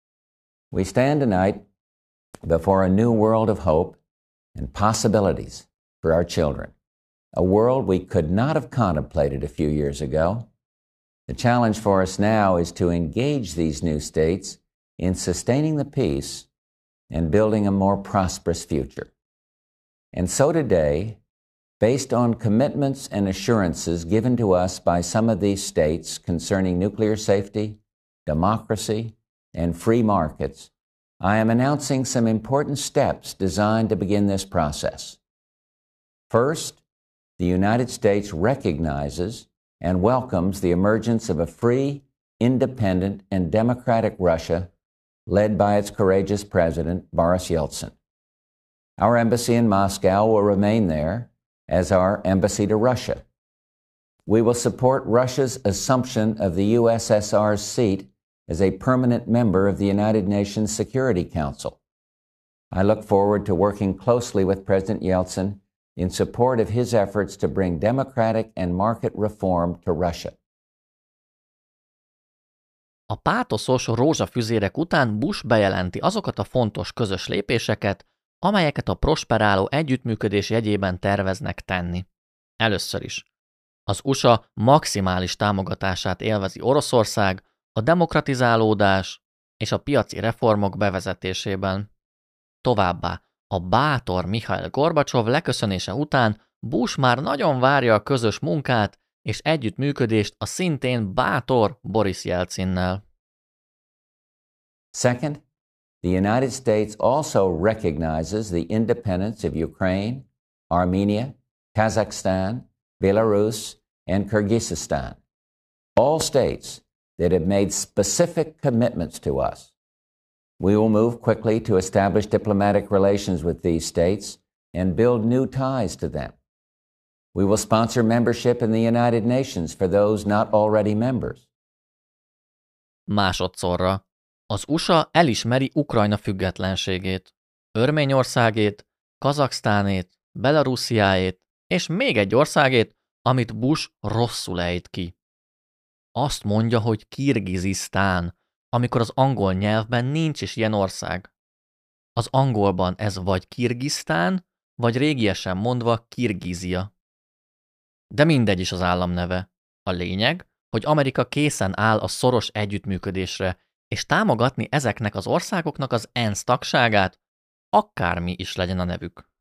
We stand tonight before a new world of hope and possibilities for our children, a world we could not have contemplated a few years ago. The challenge for us now is to engage these new states in sustaining the peace and building a more prosperous future. And so today, based on commitments and assurances given to us by some of these states concerning nuclear safety, democracy, and free markets, I am announcing some important steps designed to begin this process. First, the United States recognizes and welcomes the emergence of a free, independent, and democratic Russia led by its courageous president, Boris Yeltsin. Our embassy in Moscow will remain there as our embassy to Russia. We will support Russia's assumption of the USSR's seat as a permanent member of the United Nations Security Council. I look forward to working closely with President Yeltsin in support of his efforts to bring democratic and market reform to Russia. A pátoszos rózsafüzérek után Bush bejelenti azokat a fontos közös lépéseket, amelyeket a prosperáló együttműködés jegyében terveznek tenni. Először is. Az USA maximális támogatását élvezi Oroszország a demokratizálódás és a piaci reformok bevezetésében. Továbbá a bátor Mihail Gorbacsov leköszönése után Bush már nagyon várja a közös munkát és együttműködést a szintén bátor Boris Jelcinnel. Second, the United States also recognizes the independence of Ukraine, Armenia, Kazakhstan, Belarus, and Kyrgyzstan, all states that have made specific commitments to us. We will move quickly to establish diplomatic relations with these states and build new ties to them. We will sponsor membership in the United Nations for those not already members. Másodszorra. Az USA elismeri Ukrajna függetlenségét, Örményországét, Kazaksztánét, Belarussziáét és még egy országét, amit Bush rosszul ejt ki. Azt mondja, hogy Kirgizisztán, amikor az angol nyelvben nincs is ilyen ország. Az angolban ez vagy Kirgisztán, vagy régiesen mondva Kirgízia. De mindegy is az államneve. A lényeg, hogy Amerika készen áll a szoros együttműködésre, és támogatni ezeknek az országoknak az ENSZ tagságát, akármi is legyen a nevük.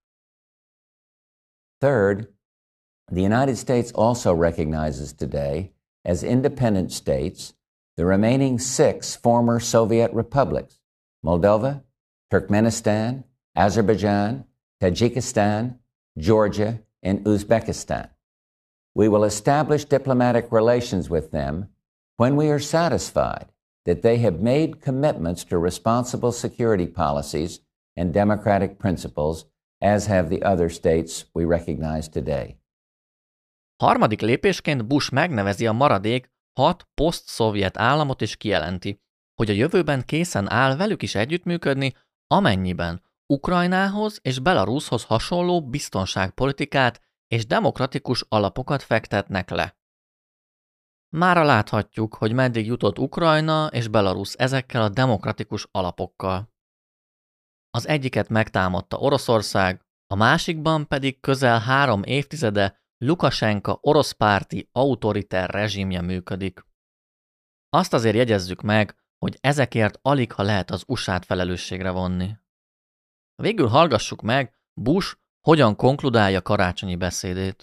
Third, the United States also recognizes today, as independent states, the remaining 6 former Soviet republics, Moldova, Turkmenistan, Azerbaijan, Tajikistan, Georgia, and Uzbekistan. We will establish diplomatic relations with them when we are satisfied that they have made commitments to responsible security policies and democratic principles, as have the other states we recognize today. Harmadik lépésként Bush megnevezi a maradék 6 poszt-szovjet államot és kijelenti, hogy a jövőben készen áll velük is együttműködni, amennyiben Ukrajnához és Belarushoz hasonló biztonságpolitikát és demokratikus alapokat fektetnek le. Mára láthatjuk, hogy meddig jutott Ukrajna és Belarus ezekkel a demokratikus alapokkal. Az egyiket megtámadta Oroszország, a másikban pedig közel 3 évtizede Lukasenka oroszpárti autoriter rezsimje működik. Azt azért jegyezzük meg, hogy ezekért aligha lehet az USA-t felelősségre vonni. Végül hallgassuk meg Bush hogyan konkludálja karácsonyi beszédét.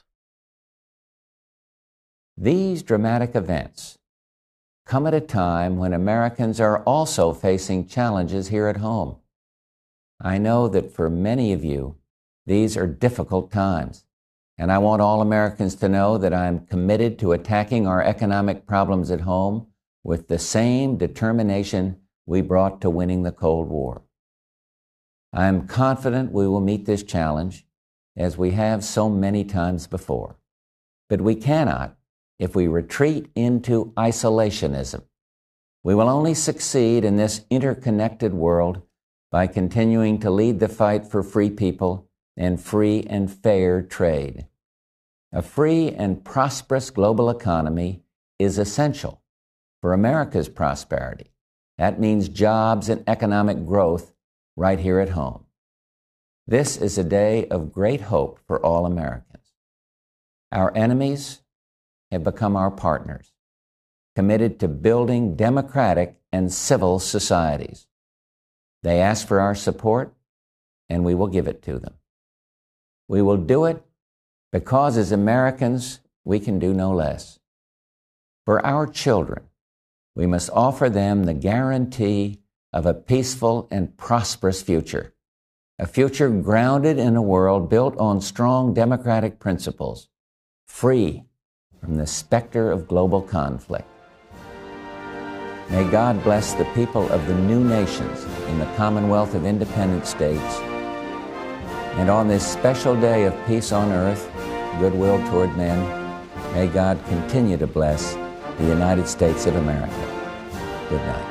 These dramatic events come at a time when Americans are also facing challenges here at home. I know that for many of you, these are difficult times, and I want all Americans to know that I'm committed to attacking our economic problems at home with the same determination we brought to winning the Cold War. I am confident we will meet this challenge, as we have so many times before. But we cannot if we retreat into isolationism. We will only succeed in this interconnected world by continuing to lead the fight for free people and free and fair trade. A free and prosperous global economy is essential for America's prosperity. That means jobs and economic growth right here at home. This is a day of great hope for all Americans. Our enemies have become our partners, committed to building democratic and civil societies. They ask for our support, and we will give it to them. We will do it because as Americans, we can do no less. For our children, we must offer them the guarantee of a peaceful and prosperous future, a future grounded in a world built on strong democratic principles, free from the specter of global conflict. May God bless the people of the new nations in the Commonwealth of Independent States, and on this special day of peace on earth, goodwill toward men, may God continue to bless the United States of America. Good night.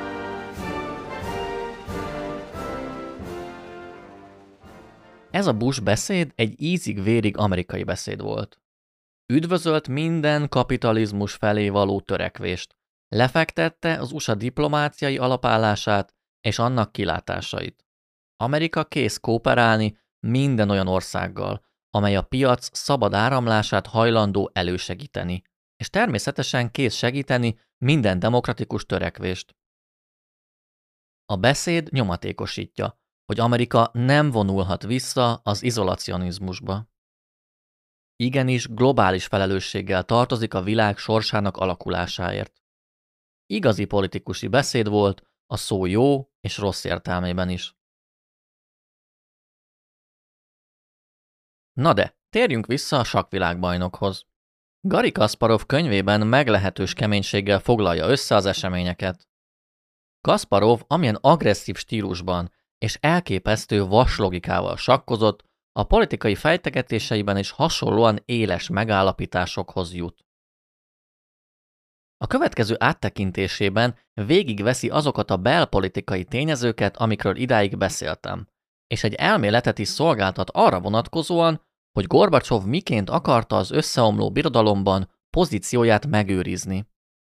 Ez a Bush beszéd egy ízig-vérig amerikai beszéd volt. Üdvözölt minden kapitalizmus felé való törekvést, lefektette az USA diplomáciai alapállását és annak kilátásait. Amerika kész kooperálni minden olyan országgal, amely a piac szabad áramlását hajlandó elősegíteni, és természetesen kész segíteni minden demokratikus törekvést. A beszéd nyomatékosítja, hogy Amerika nem vonulhat vissza az izolacionizmusba. Igenis globális felelősséggel tartozik a világ sorsának alakulásáért. Igazi politikusi beszéd volt a szó jó és rossz értelmében is. Na de, térjünk vissza a sakkvilágbajnokhoz. Garry Kasparov könyvében meglehetős keménységgel foglalja össze az eseményeket. Kasparov amilyen agresszív stílusban és elképesztő vaslogikával sakkozott, a politikai fejtegetéseiben is hasonlóan éles megállapításokhoz jut. A következő áttekintésében végigveszi azokat a belpolitikai tényezőket, amikről idáig beszéltem, és egy elméletet is szolgáltat arra vonatkozóan, hogy Gorbacsov miként akarta az összeomló birodalomban pozícióját megőrizni.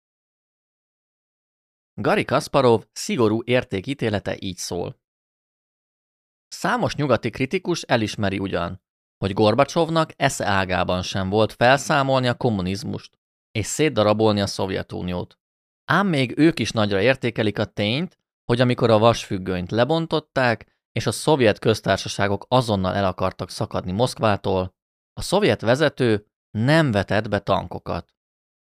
Garry Kasparov szigorú értékítélete így szól. Számos nyugati kritikus elismeri ugyan, hogy Gorbacsovnak esze ágában sem volt felszámolni a kommunizmust és szétdarabolni a Szovjetuniót. Ám még ők is nagyra értékelik a tényt, hogy amikor a vasfüggönyt lebontották, és a szovjet köztársaságok azonnal el akartak szakadni Moszkvától, a szovjet vezető nem vetett be tankokat.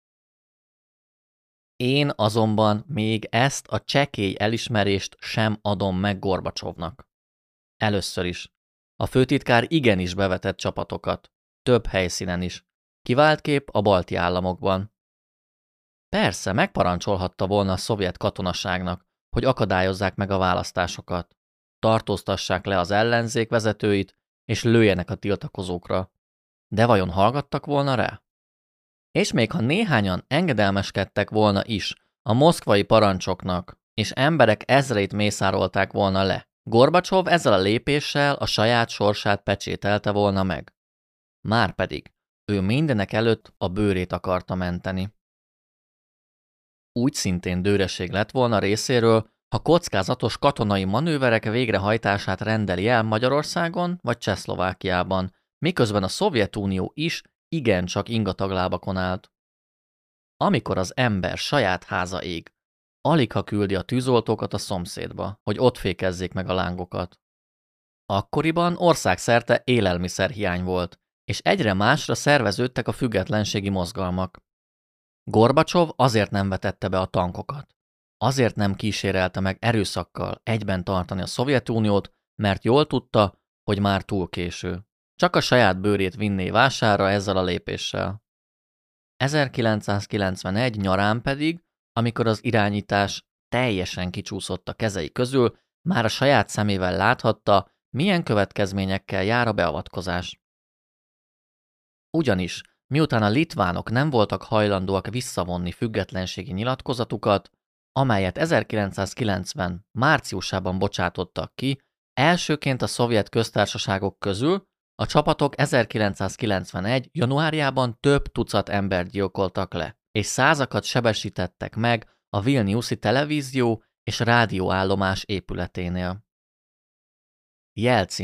Én azonban még ezt a csekély elismerést sem adom meg Gorbacsovnak. Először is. A főtitkár igenis bevetett csapatokat, több helyszínen is, kiváltképp a balti államokban. Persze, megparancsolhatta volna a szovjet katonaságnak, hogy akadályozzák meg a választásokat, tartóztassák le az ellenzék vezetőit, és lőjenek a tiltakozókra. De vajon hallgattak volna rá? És még ha néhányan engedelmeskedtek volna is a moszkvai parancsoknak, és emberek ezreit mészárolták volna le, Gorbacsov ezzel a lépéssel a saját sorsát pecsételte volna meg. Márpedig ő mindenek előtt a bőrét akarta menteni. Úgy szintén dőreség lett volna részéről, ha kockázatos katonai manőverek végrehajtását rendeli el Magyarországon vagy Csehszlovákiában, miközben a Szovjetunió is igencsak ingataglábakon állt. Amikor az ember saját háza ég, aligha küldi a tűzoltókat a szomszédba, hogy ott fékezzék meg a lángokat. Akkoriban országszerte élelmiszerhiány volt, és egyre másra szerveződtek a függetlenségi mozgalmak. Gorbacsov azért nem vetette be a tankokat. Azért nem kísérelte meg erőszakkal egyben tartani a Szovjetuniót, mert jól tudta, hogy már túl késő. Csak a saját bőrét vinné vására ezzel a lépéssel. 1991 nyarán pedig, amikor az irányítás teljesen kicsúszott a kezei közül, már a saját szemével láthatta, milyen következményekkel jár a beavatkozás. Ugyanis, miután a litvánok nem voltak hajlandóak visszavonni függetlenségi nyilatkozatukat, amelyet 1990 márciusában bocsátottak ki, elsőként a szovjet köztársaságok közül a csapatok 1991. januárjában több tucat embert gyilkoltak le, és százakat sebesítettek meg a vilniuszi televízió és rádióállomás épületénél. Jelcin,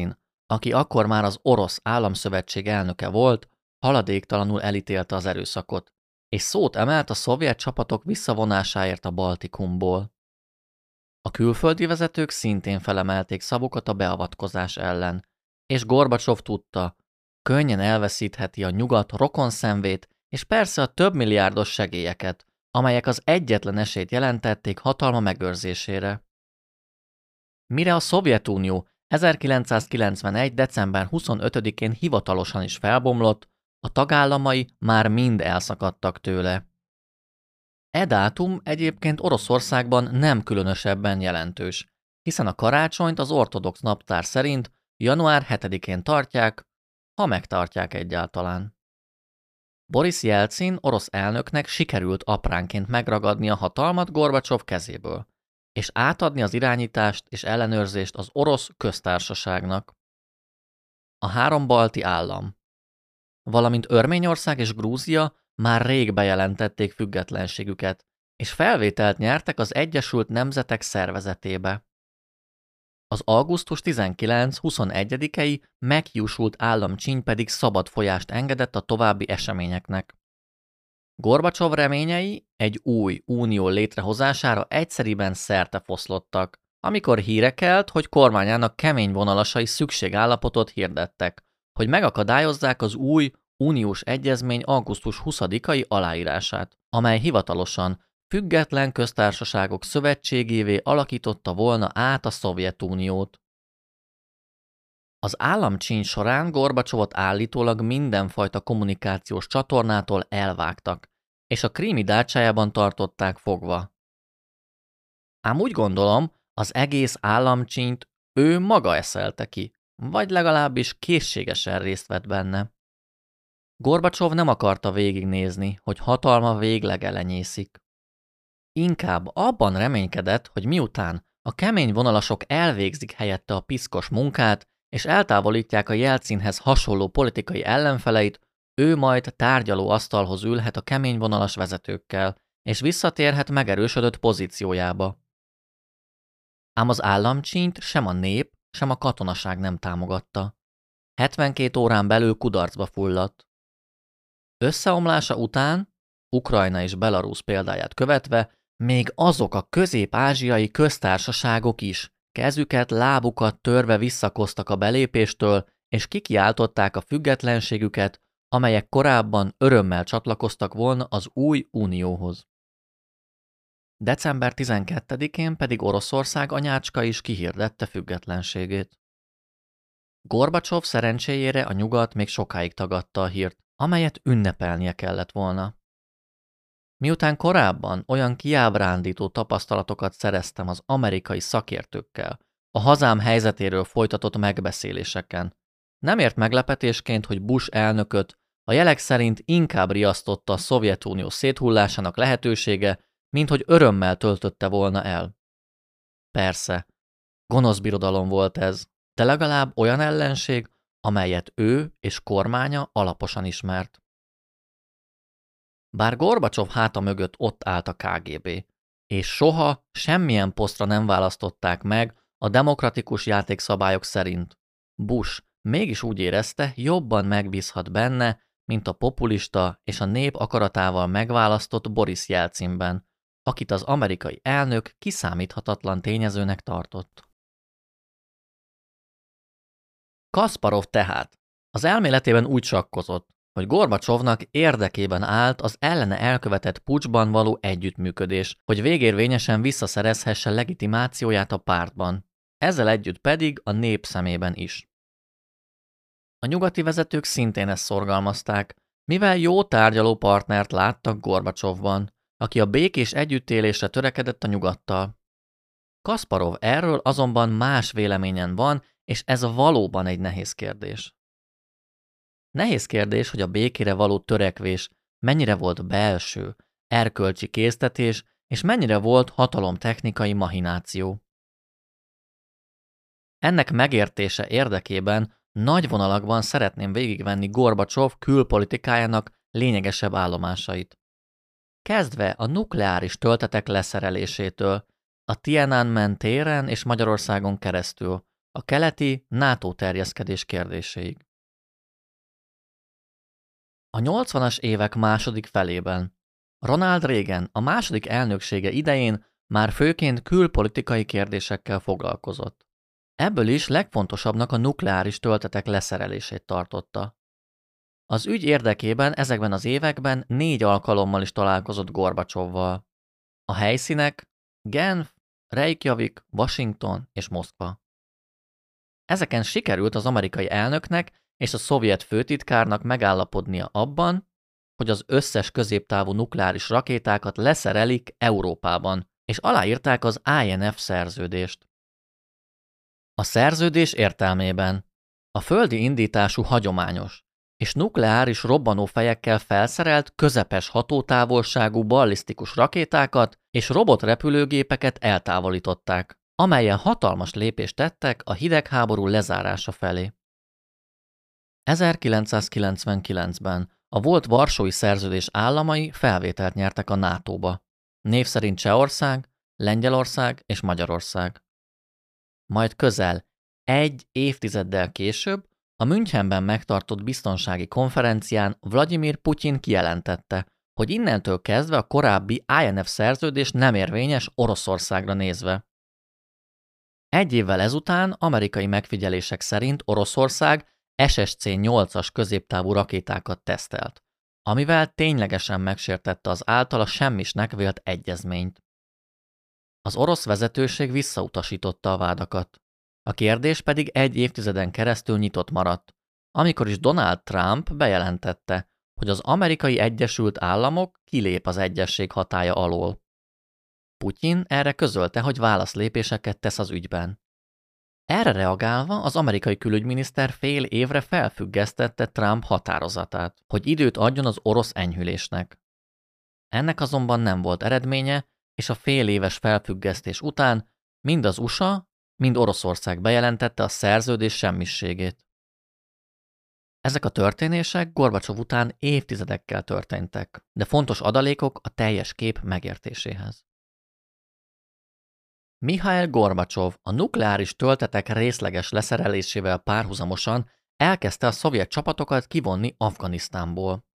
aki akkor már az Orosz Államszövetség elnöke volt, haladéktalanul elítélte az erőszakot, és szót emelt a szovjet csapatok visszavonásáért a Baltikumból. A külföldi vezetők szintén felemelték szavukat a beavatkozás ellen, és Gorbacsov tudta, könnyen elveszítheti a nyugat rokonszenvét, és persze a több milliárdos segélyeket, amelyek az egyetlen esélyt jelentették hatalma megőrzésére. Mire a Szovjetunió 1991. december 25-én hivatalosan is felbomlott, a tagállamai már mind elszakadtak tőle. E dátum egyébként Oroszországban nem különösebben jelentős, hiszen a karácsonyt az ortodox naptár szerint január 7-én tartják, ha megtartják egyáltalán. Boris Jelcin orosz elnöknek sikerült apránként megragadni a hatalmat Gorbacsov kezéből, és átadni az irányítást és ellenőrzést az orosz köztársaságnak. A 3 balti állam, valamint Örményország és Grúzia már rég bejelentették függetlenségüket, és felvételt nyertek az Egyesült Nemzetek Szervezetébe. Az augusztus 19-21-i meghiúsult államcsíny pedig szabad folyást engedett a további eseményeknek. Gorbacsov reményei egy új unió létrehozására egyszeriben szertefoszlottak, amikor híre kelt, hogy kormányának kemény vonalasai szükségállapotot hirdettek, hogy megakadályozzák az új uniós egyezmény augusztus 20-ai aláírását, amely hivatalosan független köztársaságok szövetségévé alakította volna át a Szovjetuniót. Az államcsíny során Gorbacsovot állítólag mindenfajta kommunikációs csatornától elvágtak, és a krími dácsájában tartották fogva. Ám úgy gondolom, az egész államcsínyt ő maga eszelte ki, vagy legalábbis készségesen részt vett benne. Gorbacsov nem akarta végignézni, hogy hatalma végleg elenyészik. Inkább abban reménykedett, hogy miután a kemény vonalasok elvégzik helyette a piszkos munkát, és eltávolítják a Jelcinhez hasonló politikai ellenfeleit, ő majd tárgyalóasztalhoz ülhet a kemény vonalas vezetőkkel, és visszatérhet megerősödött pozíciójába. Ám az államcsínyt sem a nép, sem a katonaság nem támogatta. 72 órán belül kudarcba fulladt. Összeomlása után, Ukrajna és Belarus példáját követve, még azok a közép-ázsiai köztársaságok is kezüket, lábukat törve visszakoztak a belépéstől, és kikiáltották a függetlenségüket, amelyek korábban örömmel csatlakoztak volna az új unióhoz. December 12-én pedig Oroszország anyácska is kihirdette függetlenségét. Gorbacsov szerencséjére a nyugat még sokáig tagadta a hírt, amelyet ünnepelnie kellett volna. Miután korábban olyan kiábrándító tapasztalatokat szereztem az amerikai szakértőkkel, a hazám helyzetéről folytatott megbeszéléseken, nem ért meglepetésként, hogy Bush elnököt a jelek szerint inkább riasztotta a Szovjetunió széthullásának lehetősége, mint hogy örömmel töltötte volna el. Persze, gonosz birodalom volt ez, de legalább olyan ellenség, amelyet ő és kormánya alaposan ismert. Bár Gorbacsov háta mögött ott állt a KGB, és soha semmilyen posztra nem választották meg a demokratikus játékszabályok szerint, Bush mégis úgy érezte, jobban megbízhat benne, mint a populista és a nép akaratával megválasztott Boris Jelcinben, akit az amerikai elnök kiszámíthatatlan tényezőnek tartott. Kasparov tehát az elméletében úgy sakkozott, hogy Gorbacsovnak érdekében állt az ellene elkövetett puccsban való együttműködés, hogy végérvényesen visszaszerezhesse legitimációját a pártban, ezzel együtt pedig a nép szemében is. A nyugati vezetők szintén ezt szorgalmazták, mivel jó tárgyaló partnert láttak Gorbacsovban, aki a békés együttélésre törekedett a nyugattal. Kasparov erről azonban más véleményen van, és ez valóban egy nehéz kérdés. Nehéz kérdés, hogy a békére való törekvés mennyire volt belső, erkölcsi késztetés, és mennyire volt hatalomtechnikai mahináció. Ennek megértése érdekében nagy vonalakban szeretném végigvenni Gorbacsov külpolitikájának lényegesebb állomásait. Kezdve a nukleáris töltetek leszerelésétől, a Tiananmen téren és Magyarországon keresztül, a keleti NATO terjeszkedés kérdéséig. A 80-as évek második felében Ronald Reagan a második elnöksége idején már főként külpolitikai kérdésekkel foglalkozott. Ebből is legfontosabbnak a nukleáris töltetek leszerelését tartotta. Az ügy érdekében ezekben az években 4 alkalommal is találkozott Gorbacsovval. A helyszínek Genf, Reykjavik, Washington és Moszkva. Ezeken sikerült az amerikai elnöknek és a szovjet főtitkárnak megállapodnia abban, hogy az összes középtávú nukleáris rakétákat leszerelik Európában, és aláírták az INF szerződést. A szerződés értelmében a földi indítású hagyományos és nukleáris robbanófejekkel felszerelt közepes hatótávolságú ballisztikus rakétákat és robotrepülőgépeket eltávolították, amelyen hatalmas lépést tettek a hidegháború lezárása felé. 1999-ben a volt Varsói Szerződés államai felvételt nyertek a NATO-ba, név szerint Csehország, Lengyelország és Magyarország. Majd közel 1 évtizeddel később a Münchenben megtartott biztonsági konferencián Vladimir Putyin kijelentette, hogy innentől kezdve a korábbi INF szerződés nem érvényes Oroszországra nézve. 1 évvel ezután amerikai megfigyelések szerint Oroszország SSC-8-as középtávú rakétákat tesztelt, amivel ténylegesen megsértette az általa semmisnek vélt egyezményt. Az orosz vezetőség visszautasította a vádakat. A kérdés pedig 1 évtizeden keresztül nyitott maradt, amikor is Donald Trump bejelentette, hogy az Amerikai Egyesült Államok kilép az egyezség hatálya alól. Putyin erre közölte, hogy válaszlépéseket tesz az ügyben. Erre reagálva az amerikai külügyminiszter fél évre felfüggesztette Trump határozatát, hogy időt adjon az orosz enyhülésnek. Ennek azonban nem volt eredménye, és a fél éves felfüggesztés után mind az USA, mind Oroszország bejelentette a szerződés semmisségét. Ezek a történések Gorbacsov után évtizedekkel történtek, de fontos adalékok a teljes kép megértéséhez. Mihail Gorbacsov a nukleáris töltetek részleges leszerelésével párhuzamosan elkezdte a szovjet csapatokat kivonni Afganisztánból.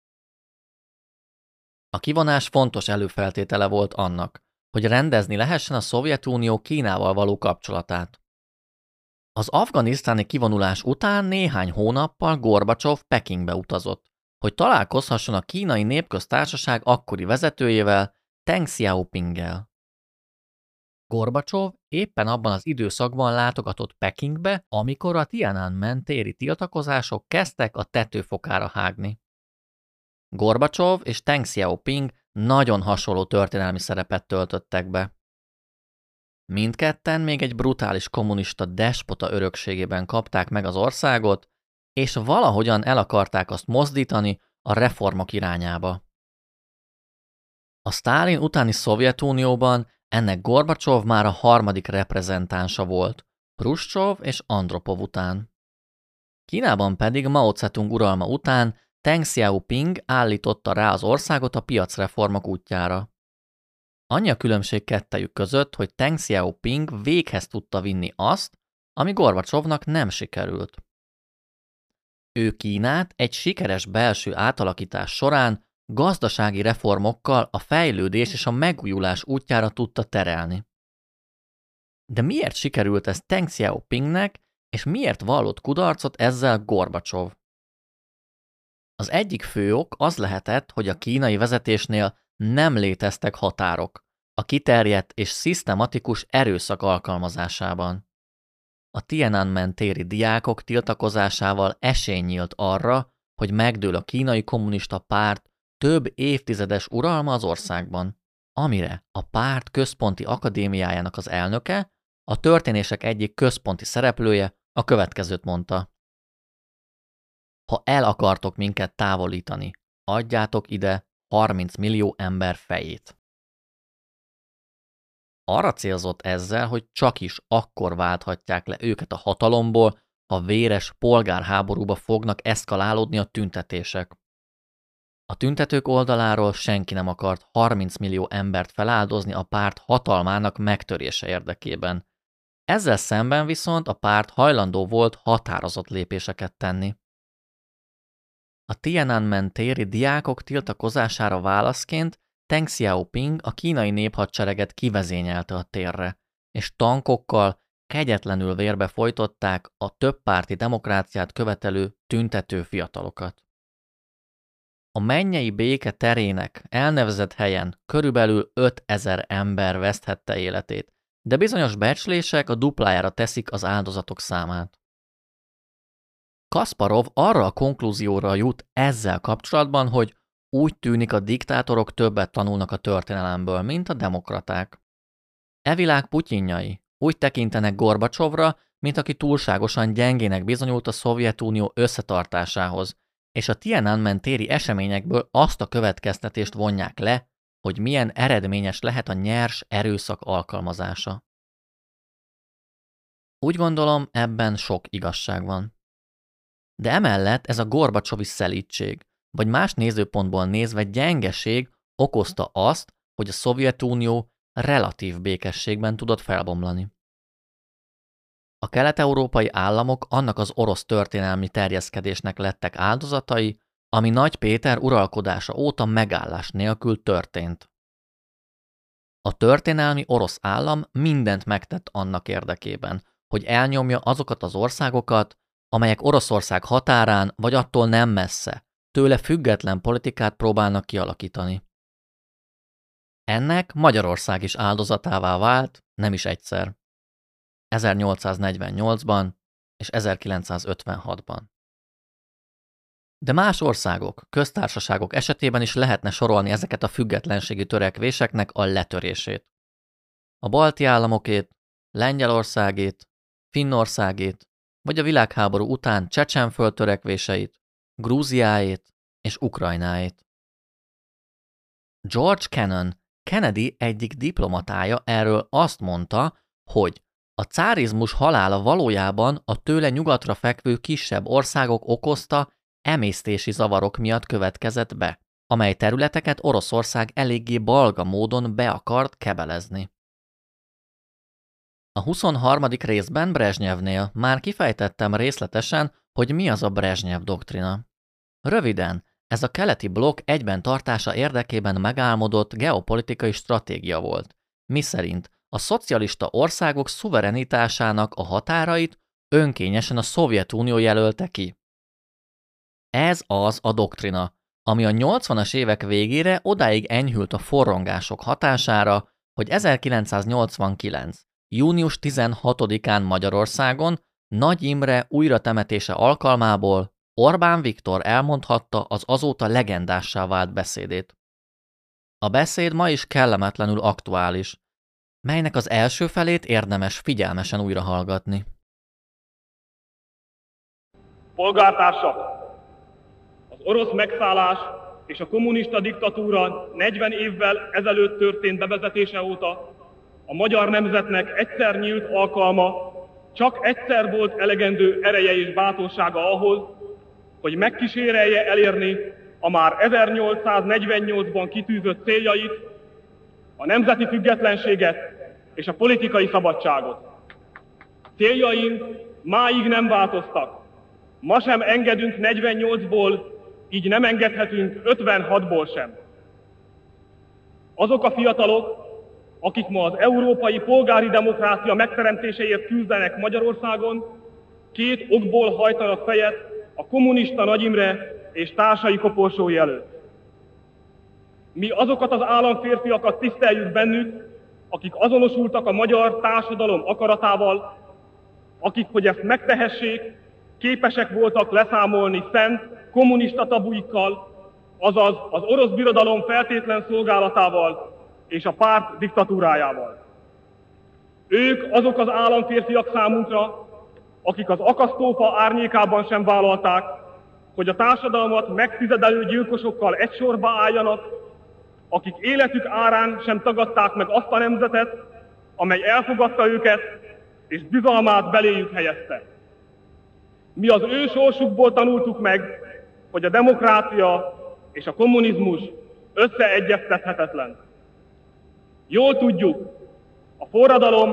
A kivonás fontos előfeltétele volt annak, hogy rendezni lehessen a Szovjetunió Kínával való kapcsolatát. Az afganisztáni kivonulás után néhány hónappal Gorbacsov Pekingbe utazott, hogy találkozhasson a Kínai Népköztársaság akkori vezetőjével, Deng Xiaopinggel. Gorbacsov éppen abban az időszakban látogatott Pekingbe, amikor a Tiananmen téri tiltakozások kezdtek a tetőfokára hágni. Gorbacsov és Deng Xiaoping nagyon hasonló történelmi szerepet töltöttek be. Mindketten még egy brutális kommunista despota örökségében kapták meg az országot, és valahogyan el akarták azt mozdítani a reformok irányába. A Sztálin utáni Szovjetunióban ennek Gorbacsov már a harmadik reprezentánsa volt, Hruscsov és Andropov után. Kínában pedig Mao Zedong uralma után Deng Xiaoping állította rá az országot a piacreformok útjára. Annyi a különbség kettejük között, hogy Deng Xiaoping véghez tudta vinni azt, ami Gorbacsovnak nem sikerült. Ő Kínát egy sikeres belső átalakítás során gazdasági reformokkal a fejlődés és a megújulás útjára tudta terelni. De miért sikerült ez Deng Xiaopingnek, és miért vallott kudarcot ezzel Gorbacsov? Az egyik fő ok az lehetett, hogy a kínai vezetésnél nem léteztek határok a kiterjedt és szisztematikus erőszak alkalmazásában. A Tiananmen téri diákok tiltakozásával esély nyílt arra, hogy megdől a kínai kommunista párt több évtizedes uralma az országban, amire a párt központi akadémiájának az elnöke, a történések egyik központi szereplője a következőt mondta. Ha el akartok minket távolítani, adjátok ide 30 millió ember fejét. Arra célzott ezzel, hogy csakis akkor válthatják le őket a hatalomból, ha véres polgárháborúba fognak eszkalálódni a tüntetések. A tüntetők oldaláról senki nem akart 30 millió embert feláldozni a párt hatalmának megtörése érdekében. Ezzel szemben viszont a párt hajlandó volt határozott lépéseket tenni. A Tiananmen téri diákok tiltakozására válaszként Deng Xiaoping a kínai néphadsereget kivezényelte a térre, és tankokkal kegyetlenül vérbe folytották a többpárti demokráciát követelő tüntető fiatalokat. A mennyei béke terének elnevezett helyen körülbelül 5000 ember veszthette életét, de bizonyos becslések a duplájára teszik az áldozatok számát. Kasparov arra a konklúzióra jut ezzel kapcsolatban, hogy úgy tűnik, a diktátorok többet tanulnak a történelemből, mint a demokraták. E világ putyinjai úgy tekintenek Gorbacsovra, mint aki túlságosan gyengének bizonyult a Szovjetunió összetartásához, és a Tiananmen téri eseményekből azt a következtetést vonják le, hogy milyen eredményes lehet a nyers erőszak alkalmazása. Úgy gondolom, ebben sok igazság van. De emellett ez a gorbacsovi szelídség, vagy más nézőpontból nézve gyengeség okozta azt, hogy a Szovjetunió relatív békességben tudott felbomlani. A kelet-európai államok annak az orosz történelmi terjeszkedésnek lettek áldozatai, ami Nagy Péter uralkodása óta megállás nélkül történt. A történelmi orosz állam mindent megtett annak érdekében, hogy elnyomja azokat az országokat, amelyek Oroszország határán vagy attól nem messze, tőle független politikát próbálnak kialakítani. Ennek Magyarország is áldozatává vált, nem is egyszer. 1848-ban és 1956-ban. De más országok, köztársaságok esetében is lehetne sorolni ezeket a függetlenségi törekvéseknek a letörését. A balti államokét, Lengyelországét, Finnországét, vagy a világháború után Csecsenföld törekvéseit, Grúziáét és Ukrajnáét. George Kennan, Kennedy egyik diplomatája erről azt mondta, hogy a cárizmus halála valójában a tőle nyugatra fekvő kisebb országok okozta emésztési zavarok miatt következett be, amely területeket Oroszország eléggé balga módon be akart kebelezni. A 23. részben Brezsnyevnél már kifejtettem részletesen, hogy mi az a Brezsnyev doktrina. Röviden, ez a keleti blokk egyben tartása érdekében megálmodott geopolitikai stratégia volt, miszerint a szocialista országok szuverenitásának a határait önkényesen a Szovjetunió jelölte ki. Ez az a doktrina, ami a 80-as évek végére odáig enyhült a forrongások hatására, hogy 1989. június 16-án Magyarországon Nagy Imre újratemetése alkalmából Orbán Viktor elmondhatta az azóta legendássá vált beszédét. A beszéd ma is kellemetlenül aktuális, melynek az első felét érdemes figyelmesen újrahallgatni. Polgártársak! Az orosz megszállás és a kommunista diktatúra 40 évvel ezelőtt történt bevezetése óta a magyar nemzetnek egyszer nyílt alkalma, csak egyszer volt elegendő ereje és bátorsága ahhoz, hogy megkísérelje elérni a már 1848-ban kitűzött céljait, a nemzeti függetlenséget és a politikai szabadságot. Céljaink máig nem változtak. Ma sem engedünk 48-ból, így nem engedhetünk 56-ból sem. Azok a fiatalok, akik ma az európai polgári demokrácia megteremtéséért küzdenek Magyarországon, két okból hajtanak fejet a kommunista Nagy Imre és társai koporsói előtt. Mi azokat az államférfiakat tiszteljük bennük, akik azonosultak a magyar társadalom akaratával, akik, hogy ezt megtehessék, képesek voltak leszámolni szent kommunista tabuikkal, azaz az orosz birodalom feltétlen szolgálatával és a párt diktatúrájával. Ők azok az államférfiak számunkra, akik az akasztófa árnyékában sem vállalták, hogy a társadalmat megtizedelő gyilkosokkal egy sorba álljanak, akik életük árán sem tagadták meg azt a nemzetet, amely elfogadta őket és bizalmát beléjük helyezte. Mi az ő sorsukból tanultuk meg, hogy a demokrácia és a kommunizmus összeegyeztethetetlen. Jól tudjuk, a forradalom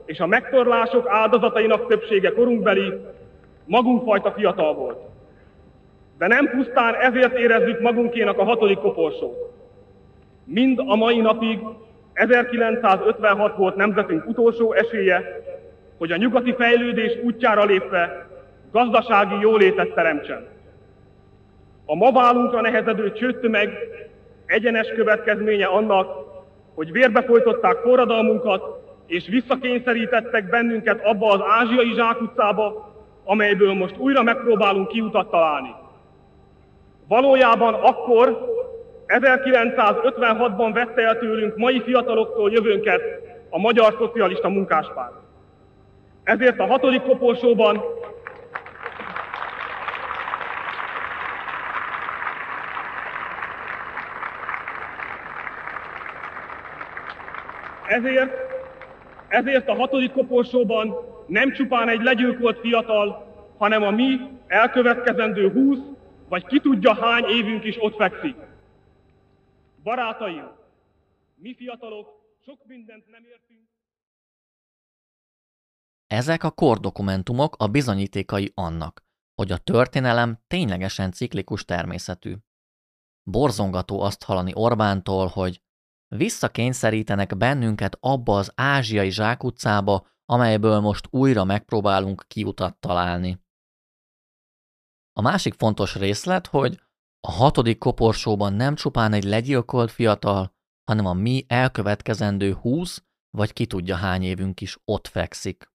és a megtorlások áldozatainak többsége korunkbeli, magunkfajta fiatal volt. De nem pusztán ezért érezzük magunkénak a 6. koporsót. Mind a mai napig 1956 volt nemzetünk utolsó esélye, hogy a nyugati fejlődés útjára lépve gazdasági jólétet teremtsen. A ma válunkra nehezedő csődtömeg egyenes következménye annak, hogy vérbefolytották forradalmunkat, és visszakényszerítettek bennünket abba az ázsiai zsákutcába, amelyből most újra megpróbálunk kiutat találni. Valójában akkor, 1956-ban vette el tőlünk mai fiataloktól jövőnket a Magyar Szocialista Munkáspárt. Ezért a 6. koporsóban Ezért a 6. koporsóban nem csupán egy legyilkolt fiatal, hanem a mi elkövetkezendő 20 vagy ki tudja hány évünk is ott fekszik. Barátaim, mi fiatalok sok mindent nem értünk. Ezek a kordokumentumok a bizonyítékai annak, hogy a történelem ténylegesen ciklikus természetű. Borzongató azt hallani Orbántól, hogy visszakényszerítenek bennünket abba az ázsiai zsákutcába, amelyből most újra megpróbálunk kiutat találni. A másik fontos részlet, hogy a 6. koporsóban nem csupán egy legyilkolt fiatal, hanem a mi elkövetkezendő 20 vagy ki tudja hány évünk is ott fekszik.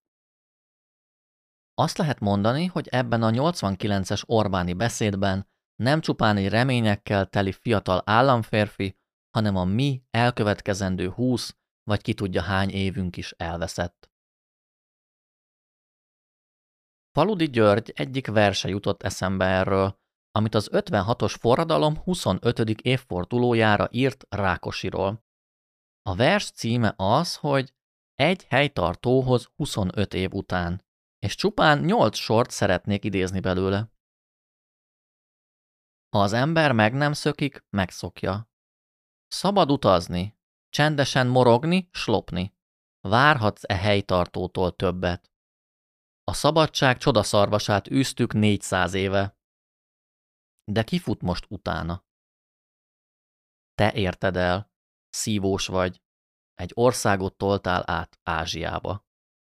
Azt lehet mondani, hogy ebben a 89-es Orbáni beszédben nem csupán egy reményekkel teli fiatal államférfi, hanem a mi elkövetkezendő 20 vagy ki tudja hány évünk is elveszett. Faludi György egyik verse jutott eszembe erről, amit az 56-os forradalom 25. évfordulójára írt Rákosiról. A vers címe az, hogy Egy helytartóhoz 25 év után, és csupán 8 sort szeretnék idézni belőle. Ha az ember meg nem szökik, megszokja. Szabad utazni, csendesen morogni, slopni. Várhatsz e helytartótól többet. A szabadság csodaszarvasát űztük 400 éve. De ki fut most utána? Te érted el, szívós vagy, egy országot toltál át Ázsiába.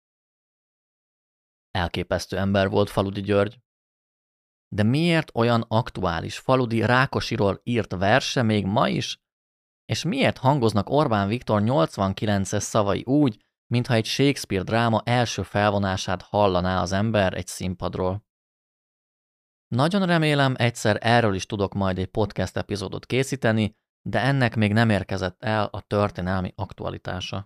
Elképesztő ember volt Faludi György. De miért olyan aktuális Faludi Rákosiról írt verse még ma is, és miért hangoznak Orbán Viktor 89-es szavai úgy, mintha egy Shakespeare dráma első felvonását hallaná az ember egy színpadról? Nagyon remélem, egyszer erről is tudok majd egy podcast epizódot készíteni, de ennek még nem érkezett el a történelmi aktualitása.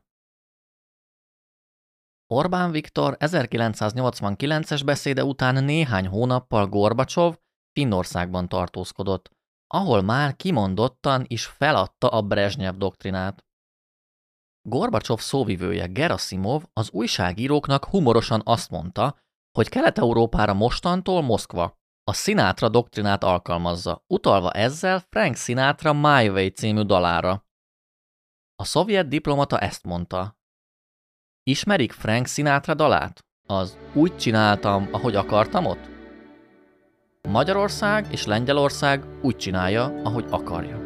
Orbán Viktor 1989-es beszéde után néhány hónappal Gorbacsov Finnországban tartózkodott, ahol már kimondottan is feladta a Brezsnyev doktrinát. Gorbacsov szóvivője Gerasimov az újságíróknak humorosan azt mondta, hogy Kelet-Európára mostantól Moszkva a Sinatra doktrinát alkalmazza, utalva ezzel Frank Sinatra My Way című dalára. A szovjet diplomata ezt mondta. Ismerik Frank Sinatra dalát? Az Úgy csináltam, ahogy akartam ott? Magyarország és Lengyelország úgy csinálja, ahogy akarja.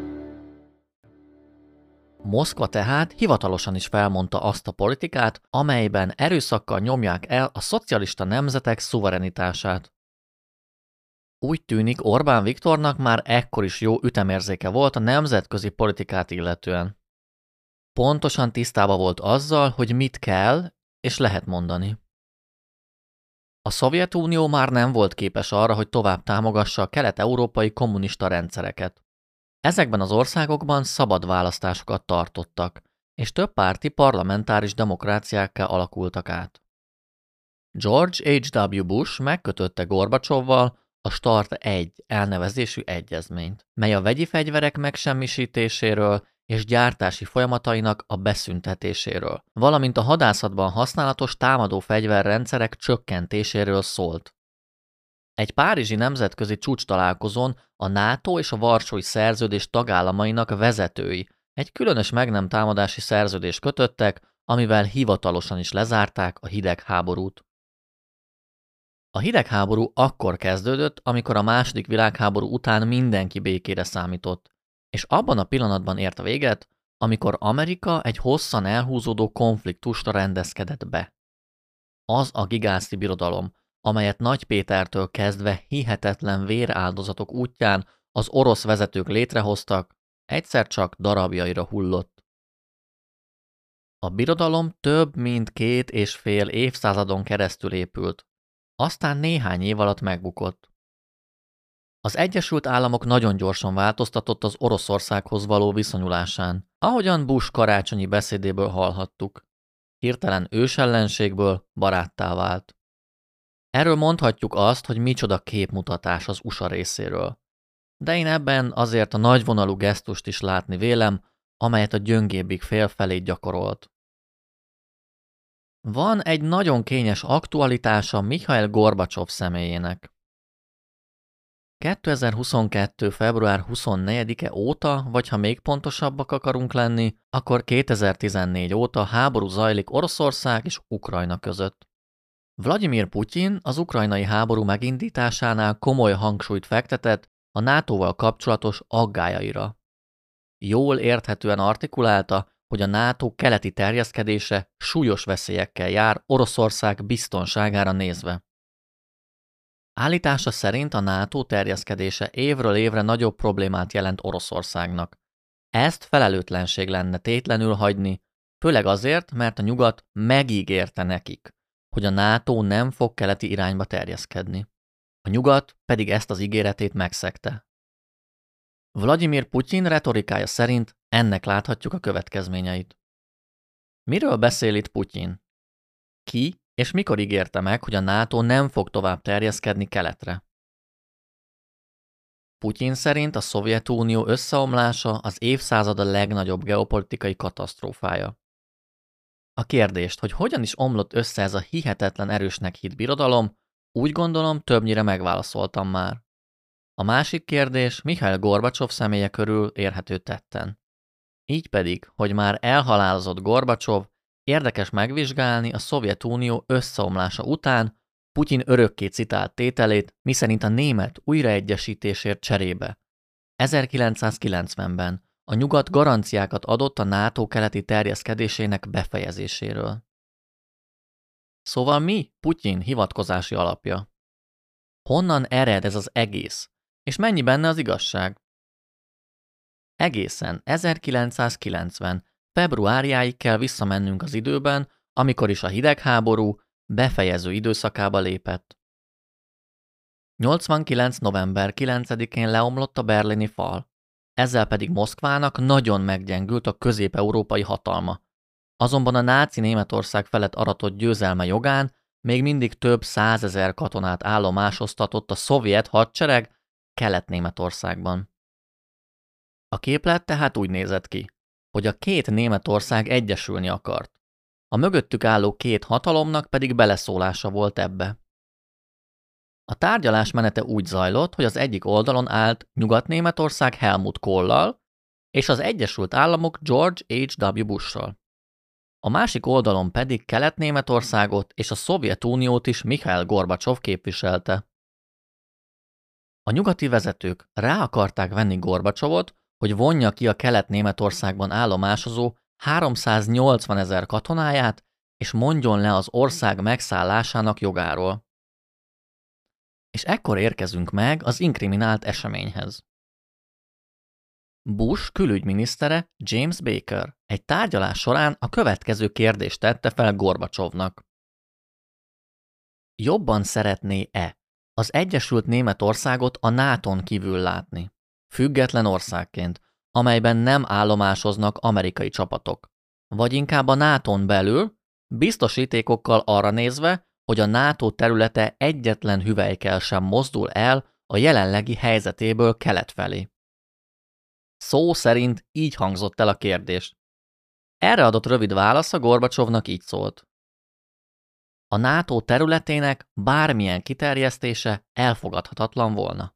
Moszkva tehát hivatalosan is felmondta azt a politikát, amelyben erőszakkal nyomják el a szocialista nemzetek szuverenitását. Úgy tűnik, Orbán Viktornak már ekkor is jó ütemérzéke volt a nemzetközi politikát illetően. Pontosan tisztában volt azzal, hogy mit kell és lehet mondani. A Szovjetunió már nem volt képes arra, hogy tovább támogassa a kelet-európai kommunista rendszereket. Ezekben az országokban szabad választásokat tartottak, és többpárti parlamentáris demokráciákká alakultak át. George H.W. Bush megkötötte Gorbacsovval a START 1 elnevezésű egyezményt, mely a vegyi fegyverek megsemmisítéséről és gyártási folyamatainak a beszüntetéséről, valamint a hadászatban használatos támadó fegyverrendszerek csökkentéséről szólt. Egy párizsi nemzetközi csúcstalálkozón a NATO és a Varsói Szerződés tagállamainak vezetői egy különös meg nem támadási szerződést kötöttek, amivel hivatalosan is lezárták a hidegháborút. A hidegháború akkor kezdődött, amikor a II. Világháború után mindenki békére számított, és abban a pillanatban ért a véget, amikor Amerika egy hosszan elhúzódó konfliktusra rendezkedett be. Az a gigászi birodalom, amelyet Nagy Pétertől kezdve hihetetlen véráldozatok útján az orosz vezetők létrehoztak, egyszer csak darabjaira hullott. A birodalom több mint 2,5 évszázadon keresztül épült, aztán néhány év alatt megbukott. Az Egyesült Államok nagyon gyorsan változtatott az Oroszországhoz való viszonyulásán, ahogyan Bush karácsonyi beszédéből hallhattuk. Hirtelen ősellenségből baráttá vált. Erről mondhatjuk azt, hogy micsoda képmutatás az USA részéről. De én ebben azért a nagyvonalú gesztust is látni vélem, amelyet a gyöngébbik fél felé gyakorolt. Van egy nagyon kényes aktualitása Mihail Gorbacsov személyének. 2022. február 24-e óta, vagy ha még pontosabbak akarunk lenni, akkor 2014 óta háború zajlik Oroszország és Ukrajna között. Vladimir Putyin az ukrajnai háború megindításánál komoly hangsúlyt fektetett a NATO-val kapcsolatos aggályaira. Jól érthetően artikulálta, hogy a NATO keleti terjeszkedése súlyos veszélyekkel jár Oroszország biztonságára nézve. Állítása szerint a NATO terjeszkedése évről évre nagyobb problémát jelent Oroszországnak. Ezt felelőtlenség lenne tétlenül hagyni, főleg azért, mert a nyugat megígérte nekik, hogy a NATO nem fog keleti irányba terjeszkedni. A nyugat pedig ezt az ígéretét megszegte. Vladimir Putyin retorikája szerint ennek láthatjuk a következményeit. Miről beszél itt Putyin? Ki és mikor ígérte meg, hogy a NATO nem fog tovább terjeszkedni keletre? Putyin szerint a Szovjetunió összeomlása az évszázad a legnagyobb geopolitikai katasztrófája. A kérdést, hogy hogyan is omlott össze ez a hihetetlen erősnek hitt birodalom, úgy gondolom többnyire megválaszoltam már. A másik kérdés Mihail Gorbacsov személye körül érhető tetten. Így pedig, hogy már elhalálozott Gorbacsov, érdekes megvizsgálni a Szovjetunió összeomlása után Putyin örökké citált tételét, miszerint a német újraegyesítésért cserébe 1990-ben a nyugat garanciákat adott a NATO keleti terjeszkedésének befejezéséről. Szóval mi Putyin hivatkozási alapja? Honnan ered ez az egész, és mennyi benne az igazság? Egészen 1990. februárjáig kell visszamennünk az időben, amikor is a hidegháború befejező időszakába lépett. 89. november 9-én leomlott a berlini fal, ezzel pedig Moszkvának nagyon meggyengült a közép-európai hatalma. Azonban a náci Németország felett aratott győzelme jogán még mindig több 100 000 katonát állomásoztatott a szovjet hadsereg Kelet-Németországban. A képlet tehát úgy nézett ki, hogy a két Németország egyesülni akart. A mögöttük álló két hatalomnak pedig beleszólása volt ebbe. A tárgyalás menete úgy zajlott, hogy az egyik oldalon állt Nyugat-Németország Helmut Kohllal és az Egyesült Államok George H.W. Bush-sal. A másik oldalon pedig Kelet-Németországot és a Szovjetuniót is Mihail Gorbacsov képviselte. A nyugati vezetők rá akarták venni Gorbacsovot, hogy vonja ki a Kelet-Németországban állomásozó 380 000 katonáját, és mondjon le az ország megszállásának jogáról. És ekkor érkezünk meg az inkriminált eseményhez. Bush külügyminisztere James Baker egy tárgyalás során a következő kérdést tette fel Gorbacsovnak. Jobban szeretné-e az Egyesült Németországot a NATO-n kívül látni, független országként, amelyben nem állomásoznak amerikai csapatok, vagy inkább a NATO-n belül, biztosítékokkal arra nézve, hogy a NATO területe egyetlen hüvelykkel sem mozdul el a jelenlegi helyzetéből kelet felé. Szó szerint így hangzott el a kérdés. Erre adott rövid válasza Gorbacsovnak így szólt. A NATO területének bármilyen kiterjesztése elfogadhatatlan volna.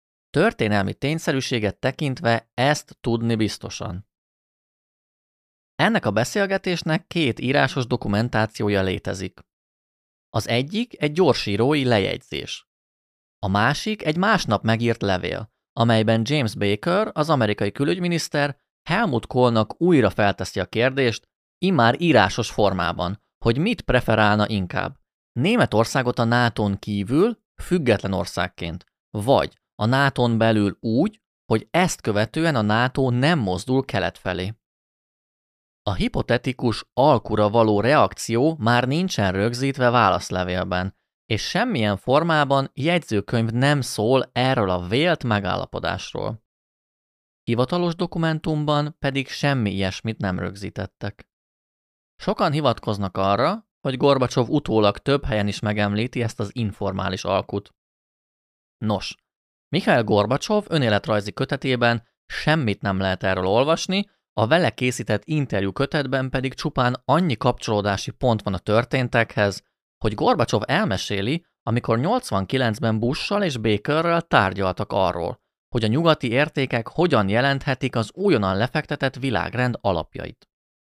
Történelmi tényszerűséget tekintve ezt tudni biztosan. Ennek a beszélgetésnek 2 írásos dokumentációja létezik. Az egyik egy gyorsírói lejegyzés. A másik egy másnap megírt levél, amelyben James Baker, az amerikai külügyminiszter, Helmut Kohlnak újra felteszi a kérdést, immár írásos formában, hogy mit preferálna inkább. Németországot a NATO-n kívül, független országként, vagy a NATO-n belül úgy, hogy ezt követően a NATO nem mozdul kelet felé. A hipotetikus alkura való reakció már nincsen rögzítve válaszlevélben, és semmilyen formában jegyzőkönyv nem szól erről a vélt megállapodásról. Hivatalos dokumentumban pedig semmi ilyesmit nem rögzítettek. Sokan hivatkoznak arra, hogy Gorbacsov utólag több helyen is megemlíti ezt az informális alkut. Nos, Michail Gorbacsov önéletrajzi kötetében semmit nem lehet erről olvasni, a vele készített interjú kötetben pedig csupán annyi kapcsolódási pont van a történtekhez, hogy Gorbacsov elmeséli, amikor 89-ben Bushnal és Bakerrel tárgyaltak arról, hogy a nyugati értékek hogyan jelenthetik az újonnan lefektetett világrend alapjait.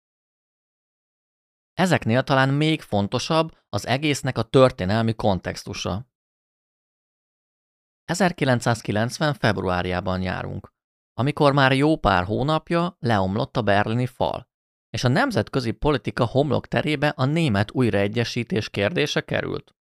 Ezeknél talán még fontosabb az egésznek a történelmi kontextusa. 1990. februárjában járunk, amikor már jó pár hónapja leomlott a berlini fal, és a nemzetközi politika homlokterébe a német újraegyesítés kérdése került.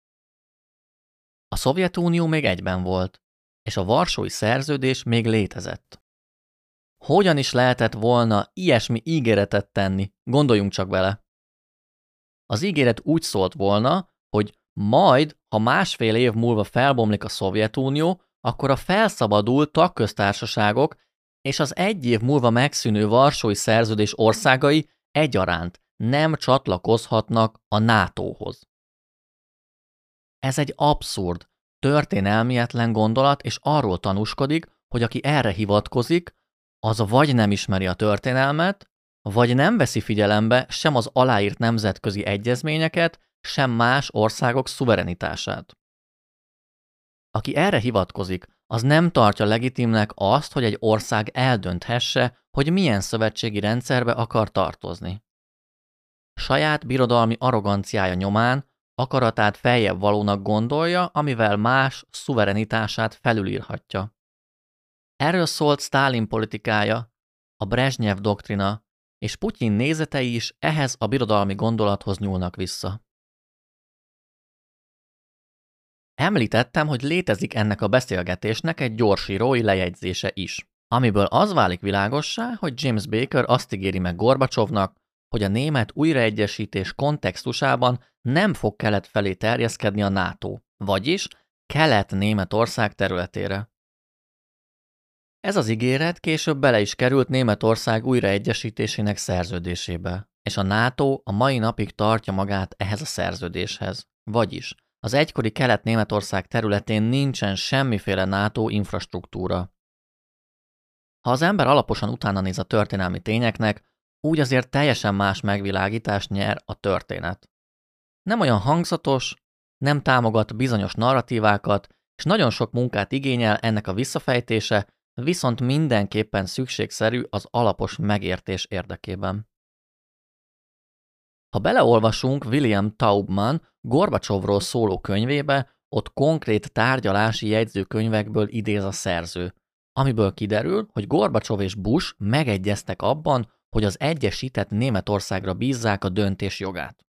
A Szovjetunió még egyben volt, és a Varsói Szerződés még létezett. Hogyan is lehetett volna ilyesmi ígéretet tenni, gondoljunk csak bele. Az ígéret úgy szólt volna, hogy majd, ha másfél év múlva felbomlik a Szovjetunió, akkor a felszabadult tagköztársaságok és az 1 év múlva megszűnő Varsói Szerződés országai egyaránt nem csatlakozhatnak a NATO-hoz. Ez egy abszurd, történelmietlen gondolat, és arról tanúskodik, hogy aki erre hivatkozik, az vagy nem ismeri a történelmet, vagy nem veszi figyelembe sem az aláírt nemzetközi egyezményeket, sem más országok szuverenitását. Aki erre hivatkozik, az nem tartja legitimnek azt, hogy egy ország eldönthesse, hogy milyen szövetségi rendszerbe akar tartozni. Saját birodalmi arroganciája nyomán akaratát feljebb valónak gondolja, amivel más szuverenitását felülírhatja. Erről szólt Sztálin politikája, a Brezsnyev doktrina, és Putyin nézetei is ehhez a birodalmi gondolathoz nyúlnak vissza. Említettem, hogy létezik ennek a beszélgetésnek egy gyorsírói lejegyzése is, amiből az válik világossá, hogy James Baker azt ígéri meg Gorbacsovnak, hogy a német újraegyesítés kontextusában nem fog kelet felé terjeszkedni a NATO, vagyis Kelet-Németország területére. Ez az ígéret később bele is került Németország újraegyesítésének szerződésébe, és a NATO a mai napig tartja magát ehhez a szerződéshez, vagyis az egykori Kelet-Németország területén nincsen semmiféle NATO infrastruktúra. Ha az ember alaposan utána néz a történelmi tényeknek, úgy azért teljesen más megvilágítást nyer a történet. Nem olyan hangzatos, nem támogat bizonyos narratívákat, és nagyon sok munkát igényel ennek a visszafejtése, viszont mindenképpen szükségszerű az alapos megértés érdekében. Ha beleolvasunk William Taubman Gorbacsovról szóló könyvébe, ott konkrét tárgyalási jegyzőkönyvekből idéz a szerző, amiből kiderül, hogy Gorbacsov és Bush megegyeztek abban, hogy az egyesített Németországra bízzák a döntés jogát.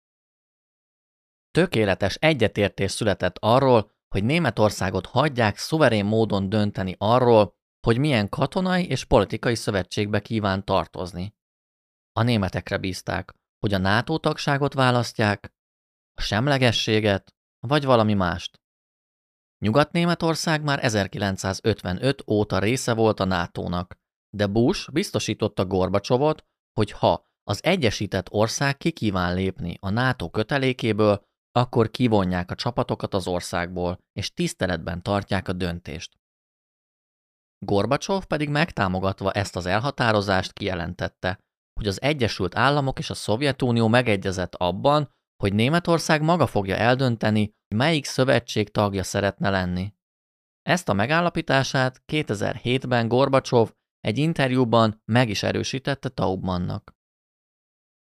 Tökéletes egyetértés született arról, hogy Németországot hagyják szuverén módon dönteni arról, hogy milyen katonai és politikai szövetségbe kíván tartozni. A németekre bízták, hogy a NATO tagságot választják, a semlegességet, vagy valami mást. Nyugat-Németország már 1955 óta része volt a NATO-nak, de Bush biztosította Gorbacsovot, hogy ha az egyesített ország ki kíván lépni a NATO kötelékéből, akkor kivonják a csapatokat az országból, és tiszteletben tartják a döntést. Gorbacsov pedig megtámogatva ezt az elhatározást kijelentette, hogy az Egyesült Államok és a Szovjetunió megegyezett abban, hogy Németország maga fogja eldönteni, melyik szövetség tagja szeretne lenni. Ezt a megállapítását 2007-ben Gorbacsov egy interjúban meg is erősítette Taubmannak.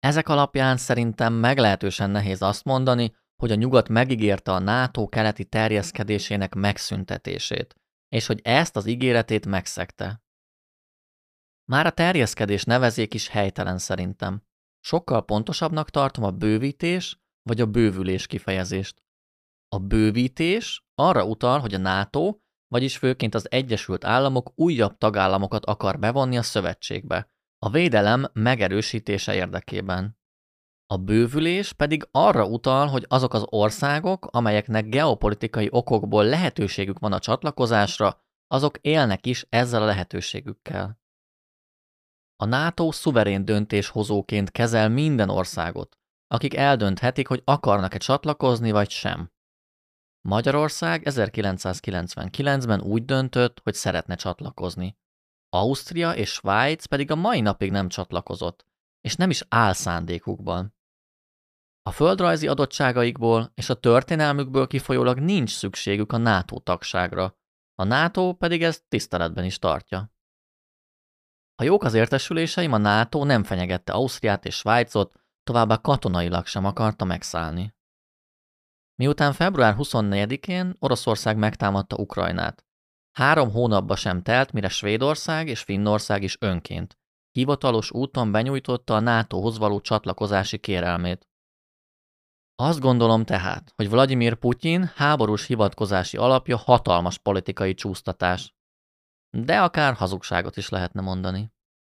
Ezek alapján szerintem meglehetősen nehéz azt mondani, hogy a nyugat megígérte a NATO keleti terjeszkedésének megszüntetését, és hogy ezt az ígéretét megszegte. Már a terjeszkedés nevezék is helytelen szerintem. Sokkal pontosabbnak tartom a bővítés vagy a bővülés kifejezést. A bővítés arra utal, hogy a NATO, vagyis főként az Egyesült Államok újabb tagállamokat akar bevonni a szövetségbe, a védelem megerősítése érdekében. A bővülés pedig arra utal, hogy azok az országok, amelyeknek geopolitikai okokból lehetőségük van a csatlakozásra, azok élnek is ezzel a lehetőségükkel. A NATO szuverén döntéshozóként kezel minden országot, akik eldönthetik, hogy akarnak-e csatlakozni vagy sem. Magyarország 1999-ben úgy döntött, hogy szeretne csatlakozni. Ausztria és Svájc pedig a mai napig nem csatlakozott, és nem is áll szándékukban. A földrajzi adottságaikból és a történelmükből kifolyólag nincs szükségük a NATO tagságra, a NATO pedig ezt tiszteletben is tartja. Ha jók az értesüléseim, a NATO nem fenyegette Ausztriát és Svájcot, továbbá katonailag sem akarta megszállni. Miután február 24-én Oroszország megtámadta Ukrajnát, 3 hónapba sem telt, mire Svédország és Finnország is önként, hivatalos úton benyújtotta a NATO-hoz való csatlakozási kérelmét. Azt gondolom tehát, hogy Vladimir Putyin háborús hivatkozási alapja hatalmas politikai csúsztatás. De akár hazugságot is lehetne mondani.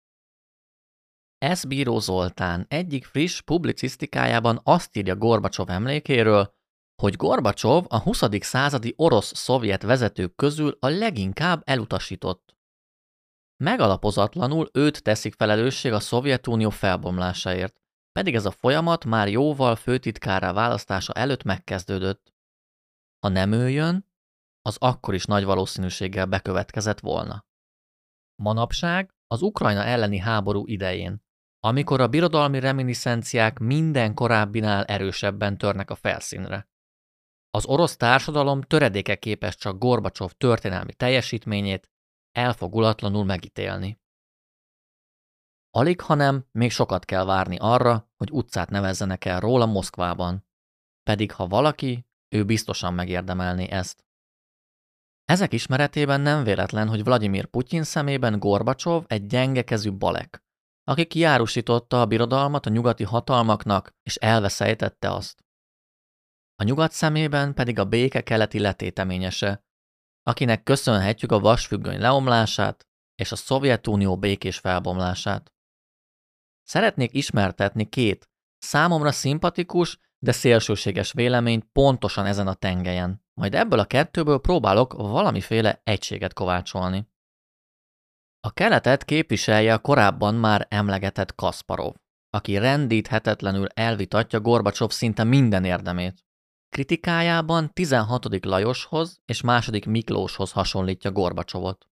S. Bíró Zoltán egyik friss publicisztikájában azt írja Gorbacsov emlékéről, hogy Gorbacsov a 20. századi orosz-szovjet vezetők közül a leginkább elutasított. Megalapozatlanul őt teszik felelősség a Szovjetunió felbomlásáért, pedig ez a folyamat már jóval főtitkárrá választása előtt megkezdődött. Ha nem ő jön, az akkor is nagy valószínűséggel bekövetkezett volna. Manapság az Ukrajna elleni háború idején, amikor a birodalmi reminiszenciák minden korábbinál erősebben törnek a felszínre. Az orosz társadalom töredéke képes csak Gorbacsov történelmi teljesítményét elfogulatlanul megítélni. Alighanem még sokat kell várni arra, hogy utcát nevezzenek el róla Moszkvában, pedig ha valaki, ő biztosan megérdemelné ezt. Ezek ismeretében nem véletlen, hogy Vladimir Putyin szemében Gorbacsov egy gyengekezű balek, aki kijárusította a birodalmat a nyugati hatalmaknak, és elveszejtette azt. A nyugat szemében pedig a béke keleti letéteményese, akinek köszönhetjük a vasfüggöny leomlását és a Szovjetunió békés felbomlását. Szeretnék ismertetni 2 számomra szimpatikus, de szélsőséges véleményt pontosan ezen a tengelyen, majd ebből a 2-ből próbálok valamiféle egységet kovácsolni. A keletet képviselje a korábban már emlegetett Kasparov, aki rendíthetetlenül elvitatja Gorbacsov szinte minden érdemét. Kritikájában 16. Lajoshoz és 2. Miklóshoz hasonlítja Gorbacsovot.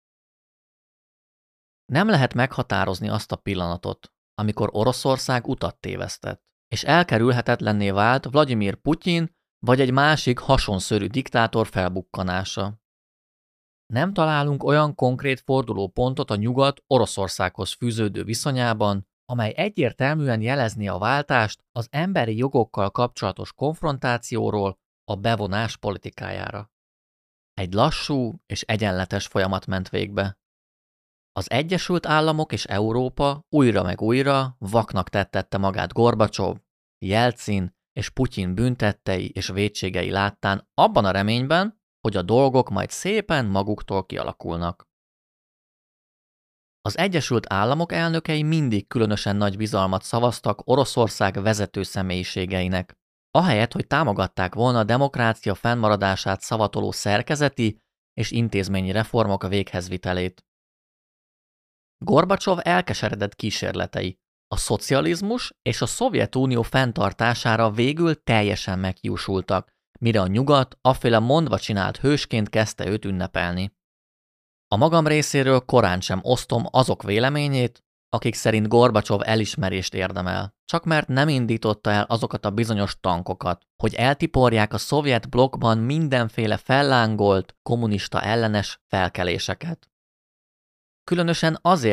Nem lehet meghatározni azt a pillanatot, amikor Oroszország utat tévesztett, és elkerülhetetlenné vált Vladimir Putyin vagy egy másik hasonszörű diktátor felbukkanása. Nem találunk olyan konkrét fordulópontot a nyugat Oroszországhoz fűződő viszonyában, amely egyértelműen jelezné a váltást az emberi jogokkal kapcsolatos konfrontációról a bevonás politikájára. Egy lassú és egyenletes folyamat ment végbe. Az Egyesült Államok és Európa újra meg újra vaknak tettette magát Gorbacsov, Jelcin és Putyin bűntettei és vétségei láttán abban a reményben, hogy a dolgok majd szépen maguktól kialakulnak. Az Egyesült Államok elnökei mindig különösen nagy bizalmat szavaztak Oroszország vezető személyiségeinek, ahelyett, hogy támogatták volna a demokrácia fennmaradását szavatoló szerkezeti és intézményi reformok véghezvitelét. Gorbacsov elkeseredett kísérletei a szocializmus és a Szovjetunió fenntartására végül teljesen meghiúsultak, mire a nyugat afféle mondva csinált hősként kezdte őt ünnepelni. A magam részéről korán sem osztom azok véleményét, akik szerint Gorbacsov elismerést érdemel, csak mert nem indította el azokat a bizonyos tankokat, hogy eltiporják a szovjet blokkban mindenféle fellángolt, kommunista ellenes felkeléseket. Különösen azért,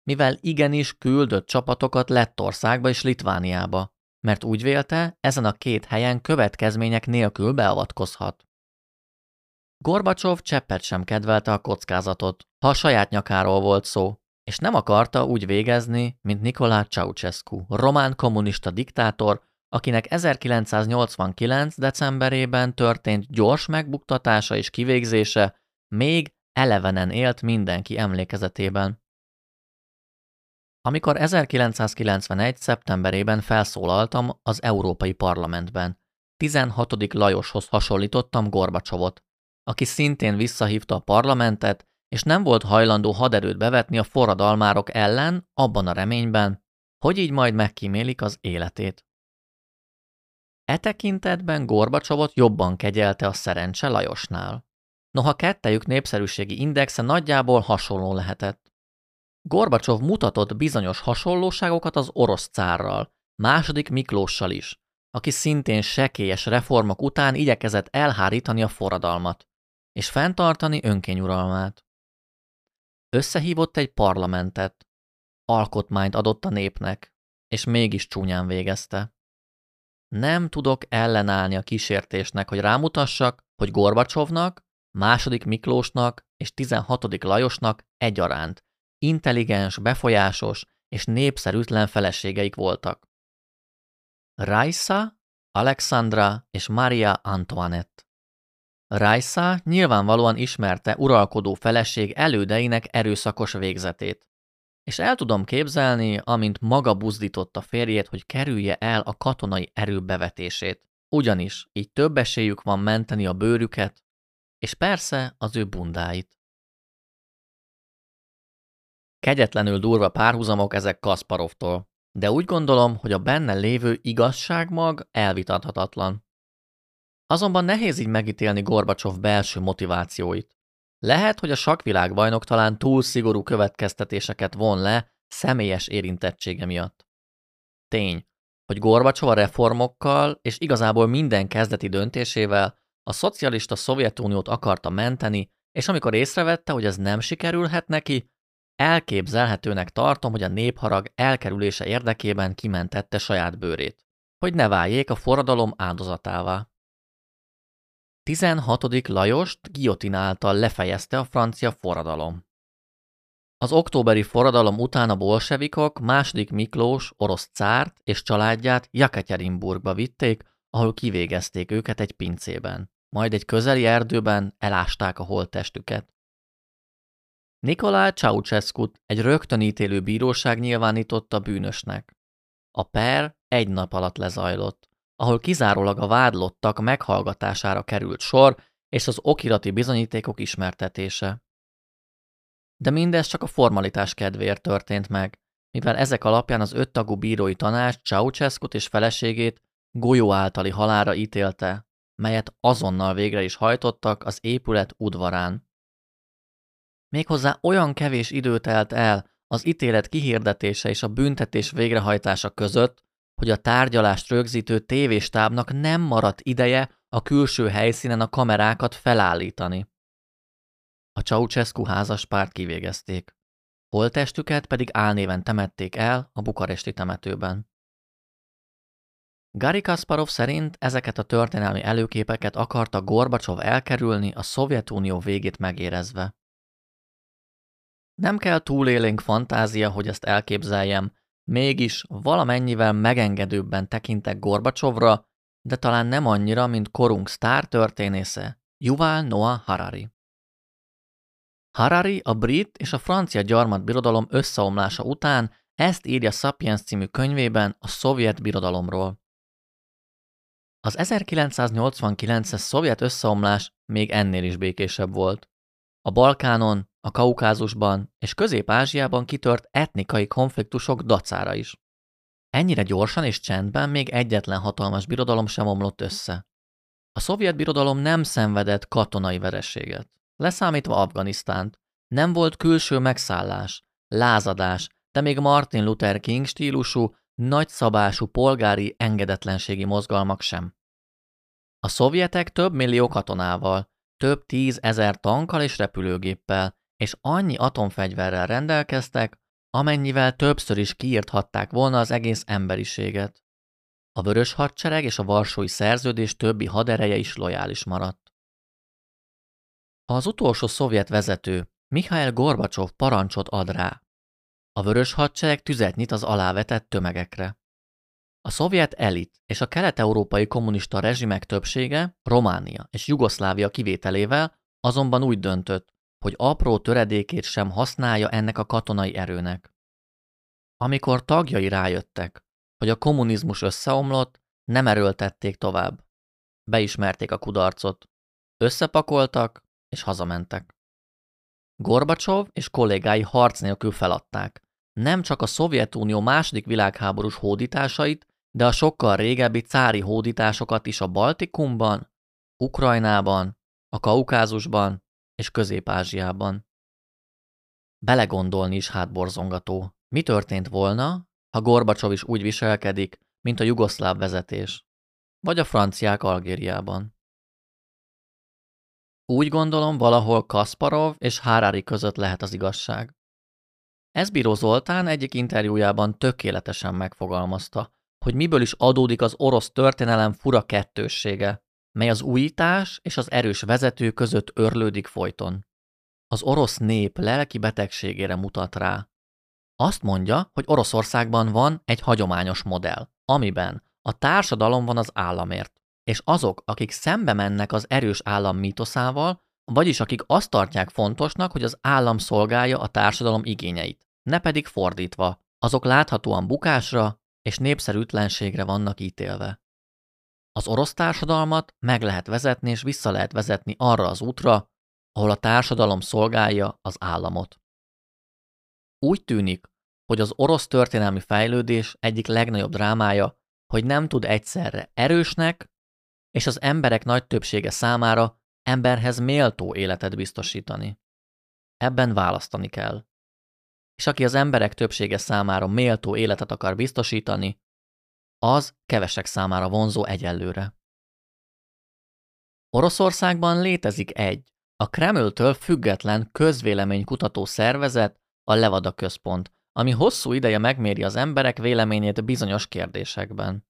mivel igenis küldött csapatokat Lettországba és Litvániába, mert úgy vélte, ezen a két helyen következmények nélkül beavatkozhat. Gorbacsov cseppet sem kedvelte a kockázatot, ha a saját nyakáról volt szó, és nem akarta úgy végezni, mint Nicolae Ceausescu, román kommunista diktátor, akinek 1989. decemberében történt gyors megbuktatása és kivégzése még elevenen élt mindenki emlékezetében. Amikor 1991. szeptemberében felszólaltam az Európai Parlamentben, 16. Lajoshoz hasonlítottam Gorbacsovot, aki szintén visszahívta a parlamentet, és nem volt hajlandó haderőt bevetni a forradalmárok ellen, abban a reményben, hogy így majd megkímélik az életét. E tekintetben Gorbacsovot jobban kegyelte a szerencse Lajosnál. Noha kettejük népszerűségi indexe nagyjából hasonló lehetett. Gorbacsov mutatott bizonyos hasonlóságokat az orosz cárral, II. Miklóssal is, aki szintén sekélyes reformok után igyekezett elhárítani a forradalmat, és fenntartani önkényuralmát. Összehívott egy parlamentet, alkotmányt adott a népnek, és mégis csúnyán végezte. Nem tudok ellenállni a kísértésnek, hogy rámutassak, hogy Gorbacsovnak, II. Miklósnak és 16. Lajosnak egyaránt intelligens, befolyásos és népszerűtlen feleségeik voltak. Raisa, Alexandra és Maria Antoinette. Raisa nyilvánvalóan ismerte uralkodó feleség elődeinek erőszakos végzetét, és el tudom képzelni, amint maga buzdította férjét, hogy kerülje el a katonai erő bevetését, ugyanis így több esélyük van menteni a bőrüket, és persze az ő bundáit. Kegyetlenül durva párhuzamok ezek Kasparovtól, de úgy gondolom, hogy a benne lévő igazságmag elvitathatatlan. Azonban nehéz így megítélni Gorbacsov belső motivációit. Lehet, hogy a sakkvilágbajnok talán túl szigorú következtetéseket von le személyes érintettsége miatt. Tény, hogy Gorbacsov a reformokkal és igazából minden kezdeti döntésével a szocialista Szovjetuniót akarta menteni, és amikor észrevette, hogy ez nem sikerülhet neki, elképzelhetőnek tartom, hogy a népharag elkerülése érdekében kimentette saját bőrét, hogy ne váljék a forradalom áldozatává. 16. Lajost guillotine által lefejezte a francia forradalom. Az októberi forradalom után a bolsevikok II. Miklós orosz cárt és családját Jekatyerinburgba vitték, ahol kivégezték őket egy pincében, majd egy közeli erdőben elásták a holttestüket. Nicolae Ceausescut egy rögtönítélő bíróság nyilvánította bűnösnek. A per egy nap alatt lezajlott, ahol kizárólag a vádlottak meghallgatására került sor és az okirati bizonyítékok ismertetése. De mindez csak a formalitás kedvéért történt meg, mivel ezek alapján az 5 tagú bírói tanács Ceausescut és feleségét golyó általi halálra ítélte, melyet azonnal végre is hajtottak az épület udvarán. Méghozzá olyan kevés idő telt el az ítélet kihirdetése és a büntetés végrehajtása között, hogy a tárgyalást rögzítő tévéstábnak nem maradt ideje a külső helyszínen a kamerákat felállítani. A Ceausescu házaspárt kivégezték, holttestüket pedig álnéven temették el a bukaresti temetőben. Garry Kasparov szerint ezeket a történelmi előképeket akarta Gorbacsov elkerülni a Szovjetunió végét megérezve. Nem kell túlélénk fantázia, hogy ezt elképzeljem, mégis valamennyivel megengedőbben tekintek Gorbacsovra, de talán nem annyira, mint korunk sztártörténésze, Yuval Noah Harari. Harari a brit és a francia gyarmatbirodalom összeomlása után ezt írja Sapiens című könyvében a szovjet birodalomról. Az 1989-es szovjet összeomlás még ennél is békésebb volt. A Balkánon, a Kaukázusban és Közép-Ázsiában kitört etnikai konfliktusok dacára is. Ennyire gyorsan és csendben még egyetlen hatalmas birodalom sem omlott össze. A szovjet birodalom nem szenvedett katonai vereséget, leszámítva Afganisztánt, nem volt külső megszállás, lázadás, de még Martin Luther King stílusú, nagyszabású polgári engedetlenségi mozgalmak sem. A szovjetek több millió katonával, több 10 000 tankkal és repülőgéppel, és annyi atomfegyverrel rendelkeztek, amennyivel többször is kiírthatták volna az egész emberiséget. A Vörös Hadsereg és a Varsói Szerződés többi hadereje is lojális maradt. Ha az utolsó szovjet vezető, Mihail Gorbacsov parancsot ad rá, a Vörös Hadsereg tüzet nyit az alávetett tömegekre. A szovjet elit és a kelet-európai kommunista rezsimek többsége, Románia és Jugoszlávia kivételével azonban úgy döntött, hogy apró töredékét sem használja ennek a katonai erőnek. Amikor tagjai rájöttek, hogy a kommunizmus összeomlott, nem erőltették tovább. Beismerték a kudarcot, összepakoltak és hazamentek. Gorbacsov és kollégái harc nélkül feladták nem csak a Szovjetunió második világháborús hódításait, de a sokkal régebbi cári hódításokat is a Baltikumban, Ukrajnában, a Kaukázusban és Közép-Ázsiában. Belegondolni is hátborzongató. Mi történt volna, ha Gorbacsov is úgy viselkedik, mint a jugoszláv vezetés, vagy a franciák Algériában? Úgy gondolom, valahol Kasparov és Harari között lehet az igazság. Eszbíró Zoltán egyik interjújában tökéletesen megfogalmazta, hogy miből is adódik az orosz történelem fura kettőssége, mely az újítás és az erős vezető között örlődik folyton. Az orosz nép lelki betegségére mutat rá. Azt mondja, hogy Oroszországban van egy hagyományos modell, amiben a társadalom van az államért, és azok, akik szembe mennek az erős állam mítoszával, vagyis akik azt tartják fontosnak, hogy az állam szolgálja a társadalom igényeit, ne pedig fordítva, azok láthatóan bukásra és népszerűtlenségre vannak ítélve. Az orosz társadalmat meg lehet vezetni és vissza lehet vezetni arra az útra, ahol a társadalom szolgálja az államot. Úgy tűnik, hogy az orosz történelmi fejlődés egyik legnagyobb drámája, hogy nem tud egyszerre erősnek és az emberek nagy többsége számára emberhez méltó életet biztosítani. Ebben választani kell. És aki az emberek többsége számára méltó életet akar biztosítani, az kevesek számára vonzó egyelőre. Oroszországban létezik egy, a Kremltől független közvéleménykutató szervezet, a Levada Központ, ami hosszú ideje megméri az emberek véleményét bizonyos kérdésekben.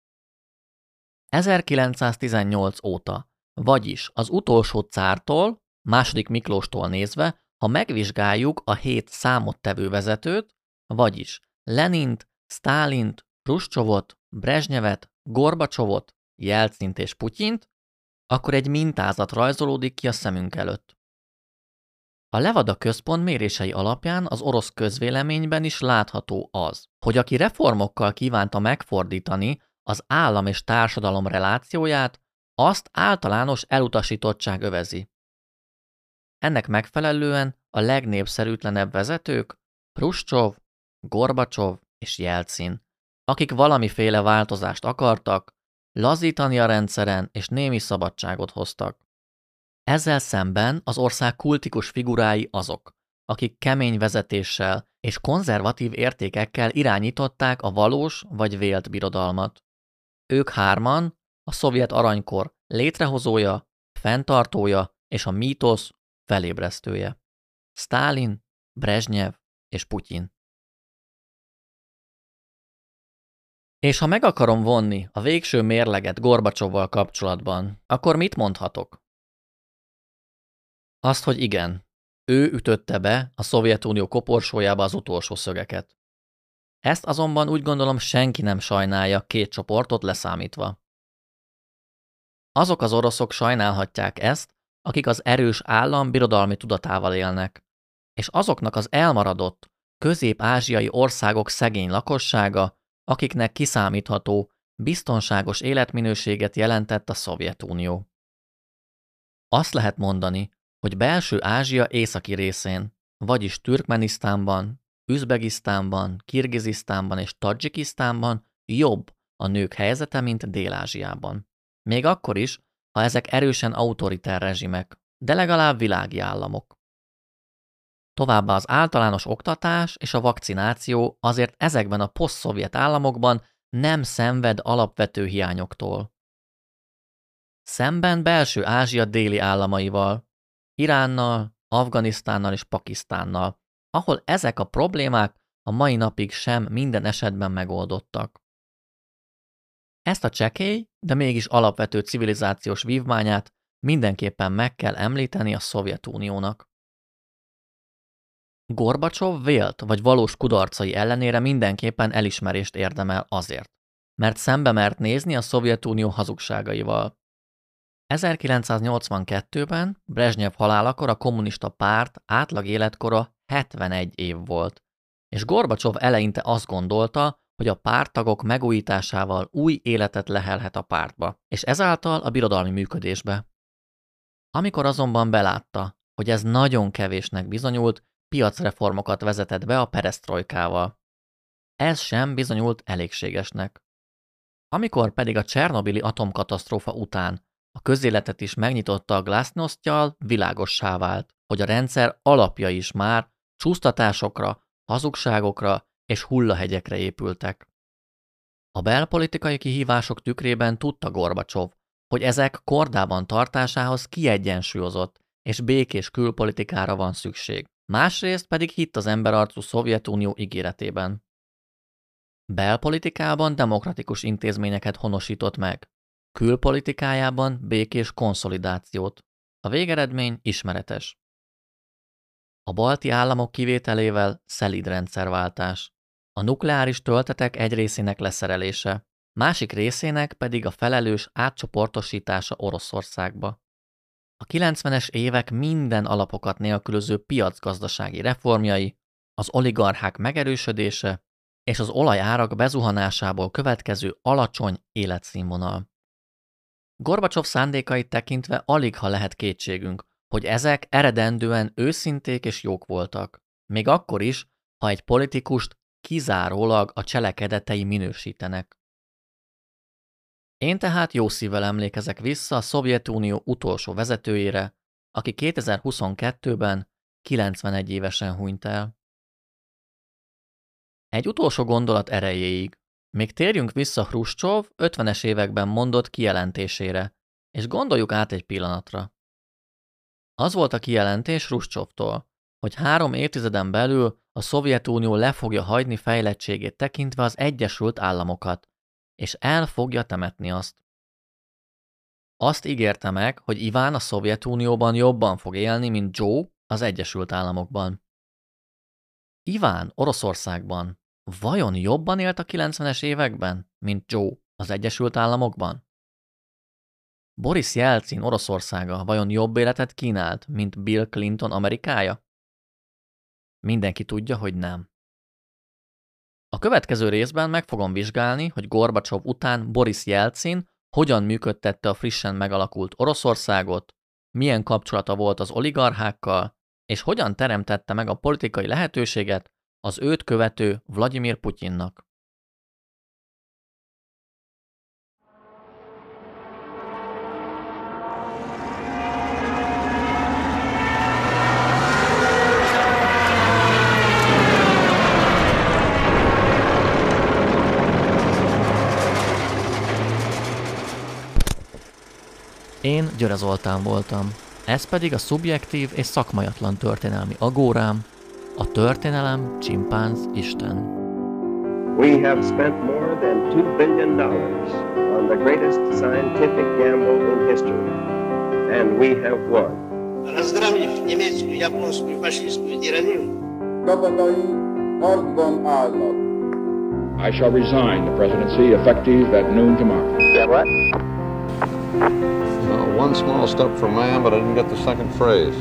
1918 óta, vagyis az utolsó cártól, II. Miklóstól nézve, ha megvizsgáljuk a 7 számottevő vezetőt, vagyis Lenint, Sztálint, Hruscsovot, Brezsnyevet, Gorbacsovot, Jelcint és Putyint, akkor egy mintázat rajzolódik ki a szemünk előtt. A Levada Központ mérései alapján az orosz közvéleményben is látható az, hogy aki reformokkal kívánta megfordítani az állam és társadalom relációját, azt általános elutasítottság övezi. Ennek megfelelően a legnépszerűtlenebb vezetők Hruscsov, Gorbacsov és Jelcin, akik valamiféle változást akartak, lazítani a rendszeren és némi szabadságot hoztak. Ezzel szemben az ország kultikus figurái azok, akik kemény vezetéssel és konzervatív értékekkel irányították a valós vagy vélt birodalmat. Ők hárman a szovjet aranykor létrehozója, fenntartója és a mítosz felébresztője. Sztálin, Brezsnyev és Putyin. És ha meg akarom vonni a végső mérleget Gorbacsovval kapcsolatban, akkor mit mondhatok? Azt, hogy igen, ő ütötte be a Szovjetunió koporsójába az utolsó szögeket. Ezt azonban úgy gondolom senki nem sajnálja, két csoportot leszámítva. Azok az oroszok sajnálhatják ezt, akik az erős állam birodalmi tudatával élnek, és azoknak az elmaradott, közép-ázsiai országok szegény lakossága, akiknek kiszámítható, biztonságos életminőséget jelentett a Szovjetunió. Azt lehet mondani, hogy belső Ázsia északi részén, vagyis Türkmenisztánban, Üzbegisztánban, Kirgizisztánban és Tadzsikisztánban jobb a nők helyzete, mint Dél-Ázsiában. Még akkor is, ha ezek erősen autoritár rezsimek, de legalább világi államok. Továbbá az általános oktatás és a vakcináció azért ezekben a poszt-szovjet államokban nem szenved alapvető hiányoktól. Szemben belső Ázsia déli államaival, Iránnal, Afganisztánnal és Pakisztánnal, ahol ezek a problémák a mai napig sem minden esetben megoldottak. Ezt a csekély, de mégis alapvető civilizációs vívmányát mindenképpen meg kell említeni a Szovjetuniónak. Gorbacsov vélt vagy valós kudarcai ellenére mindenképpen elismerést érdemel azért, mert szembe mert nézni a Szovjetunió hazugságaival. 1982-ben Brezsnyev halálakor a kommunista párt átlag életkora 71 év volt, és Gorbacsov eleinte azt gondolta, hogy a párttagok megújításával új életet lehelhet a pártba, és ezáltal a birodalmi működésbe. Amikor azonban belátta, hogy ez nagyon kevésnek bizonyult, piacreformokat vezetett be a peresztrojkával. Ez sem bizonyult elégségesnek. Amikor pedig a csernobili atomkatasztrófa után a közéletet is megnyitotta a glasznoszttyal, világossá vált, hogy a rendszer alapja is már csúsztatásokra, hazugságokra és hullahegyekre épültek. A belpolitikai kihívások tükrében tudta Gorbacsov, hogy ezek kordában tartásához kiegyensúlyozott és békés külpolitikára van szükség. Másrészt pedig hitt az emberarcú Szovjetunió ígéretében. Belpolitikában demokratikus intézményeket honosított meg, külpolitikájában békés konszolidációt. A végeredmény ismeretes. A balti államok kivételével szelíd rendszerváltás, a nukleáris töltetek egy részének leszerelése, másik részének pedig a felelős átcsoportosítása Oroszországba. A 90-es évek minden alapokat nélkülöző piacgazdasági reformjai, az oligarchák megerősödése és az olajárak bezuhanásából következő alacsony életszínvonal. Gorbacsov szándékait tekintve aligha lehet kétségünk, hogy ezek eredendően őszinték és jók voltak, még akkor is, ha egy politikust kizárólag a cselekedetei minősítenek. Én tehát jó szívvel emlékezek vissza a Szovjetunió utolsó vezetőjére, aki 2022-ben 91 évesen hunyt el. Egy utolsó gondolat erejéig. Még térjünk vissza Hruscsov 50-es években mondott kijelentésére, és gondoljuk át egy pillanatra. Az volt a kijelentés Hruscsovtól, hogy 3 évtizeden belül a Szovjetunió le fogja hagyni fejlettségét tekintve az Egyesült Államokat, és el fogja temetni azt. Azt ígérte meg, hogy Iván a Szovjetunióban jobban fog élni, mint Joe az Egyesült Államokban. Iván Oroszországban vajon jobban élt a 90-es években, mint Joe az Egyesült Államokban? Boris Jelcin Oroszországa vajon jobb életet kínált, mint Bill Clinton Amerikája? Mindenki tudja, hogy nem. A következő részben meg fogom vizsgálni, hogy Gorbacsov után Boris Jelcin hogyan működtette a frissen megalakult Oroszországot, milyen kapcsolata volt az oligarchákkal, és hogyan teremtette meg a politikai lehetőséget az őt követő Vladimir Putyinnak. Én Györe Zoltán voltam, ez pedig a szubjektív és szakmaiatlan történelmi agórám, a történelem csimpánz Isten. We have spent more than $2 billion on the greatest scientific gamble in history, and we have won. Разгромив немецкую, японскую, фашистскую тиранию, Csapataink harcban állnak. I shall resign the presidency effective at noon tomorrow. Yeah, what? One small step for man, but I didn't get the second phrase.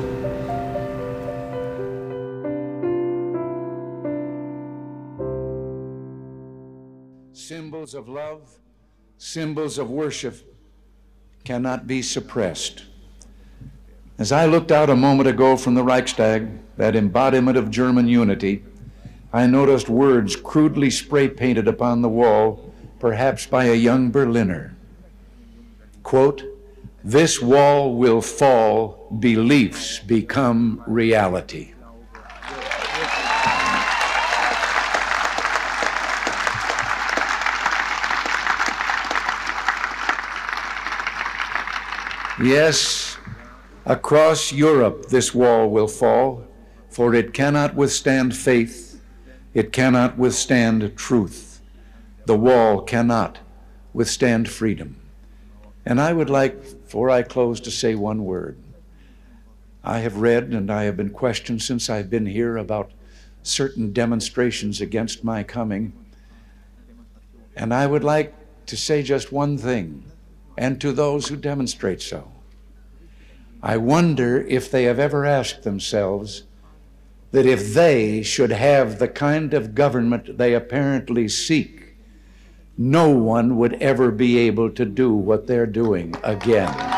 Symbols of love, symbols of worship cannot be suppressed. As I looked out a moment ago from the Reichstag, that embodiment of German unity, I noticed words crudely spray-painted upon the wall, perhaps by a young Berliner. Quote, "This wall will fall, beliefs become reality." Yes, across Europe this wall will fall, for it cannot withstand faith, It cannot withstand truth. The wall cannot withstand freedom. And I would like, before I close, to say one word. I have read and I have been questioned since I've been here about certain demonstrations against my coming. And I would like to say just one thing, and to those who demonstrate so. I wonder if they have ever asked themselves that if they should have the kind of government they apparently seek, no one would ever be able to do what they're doing again.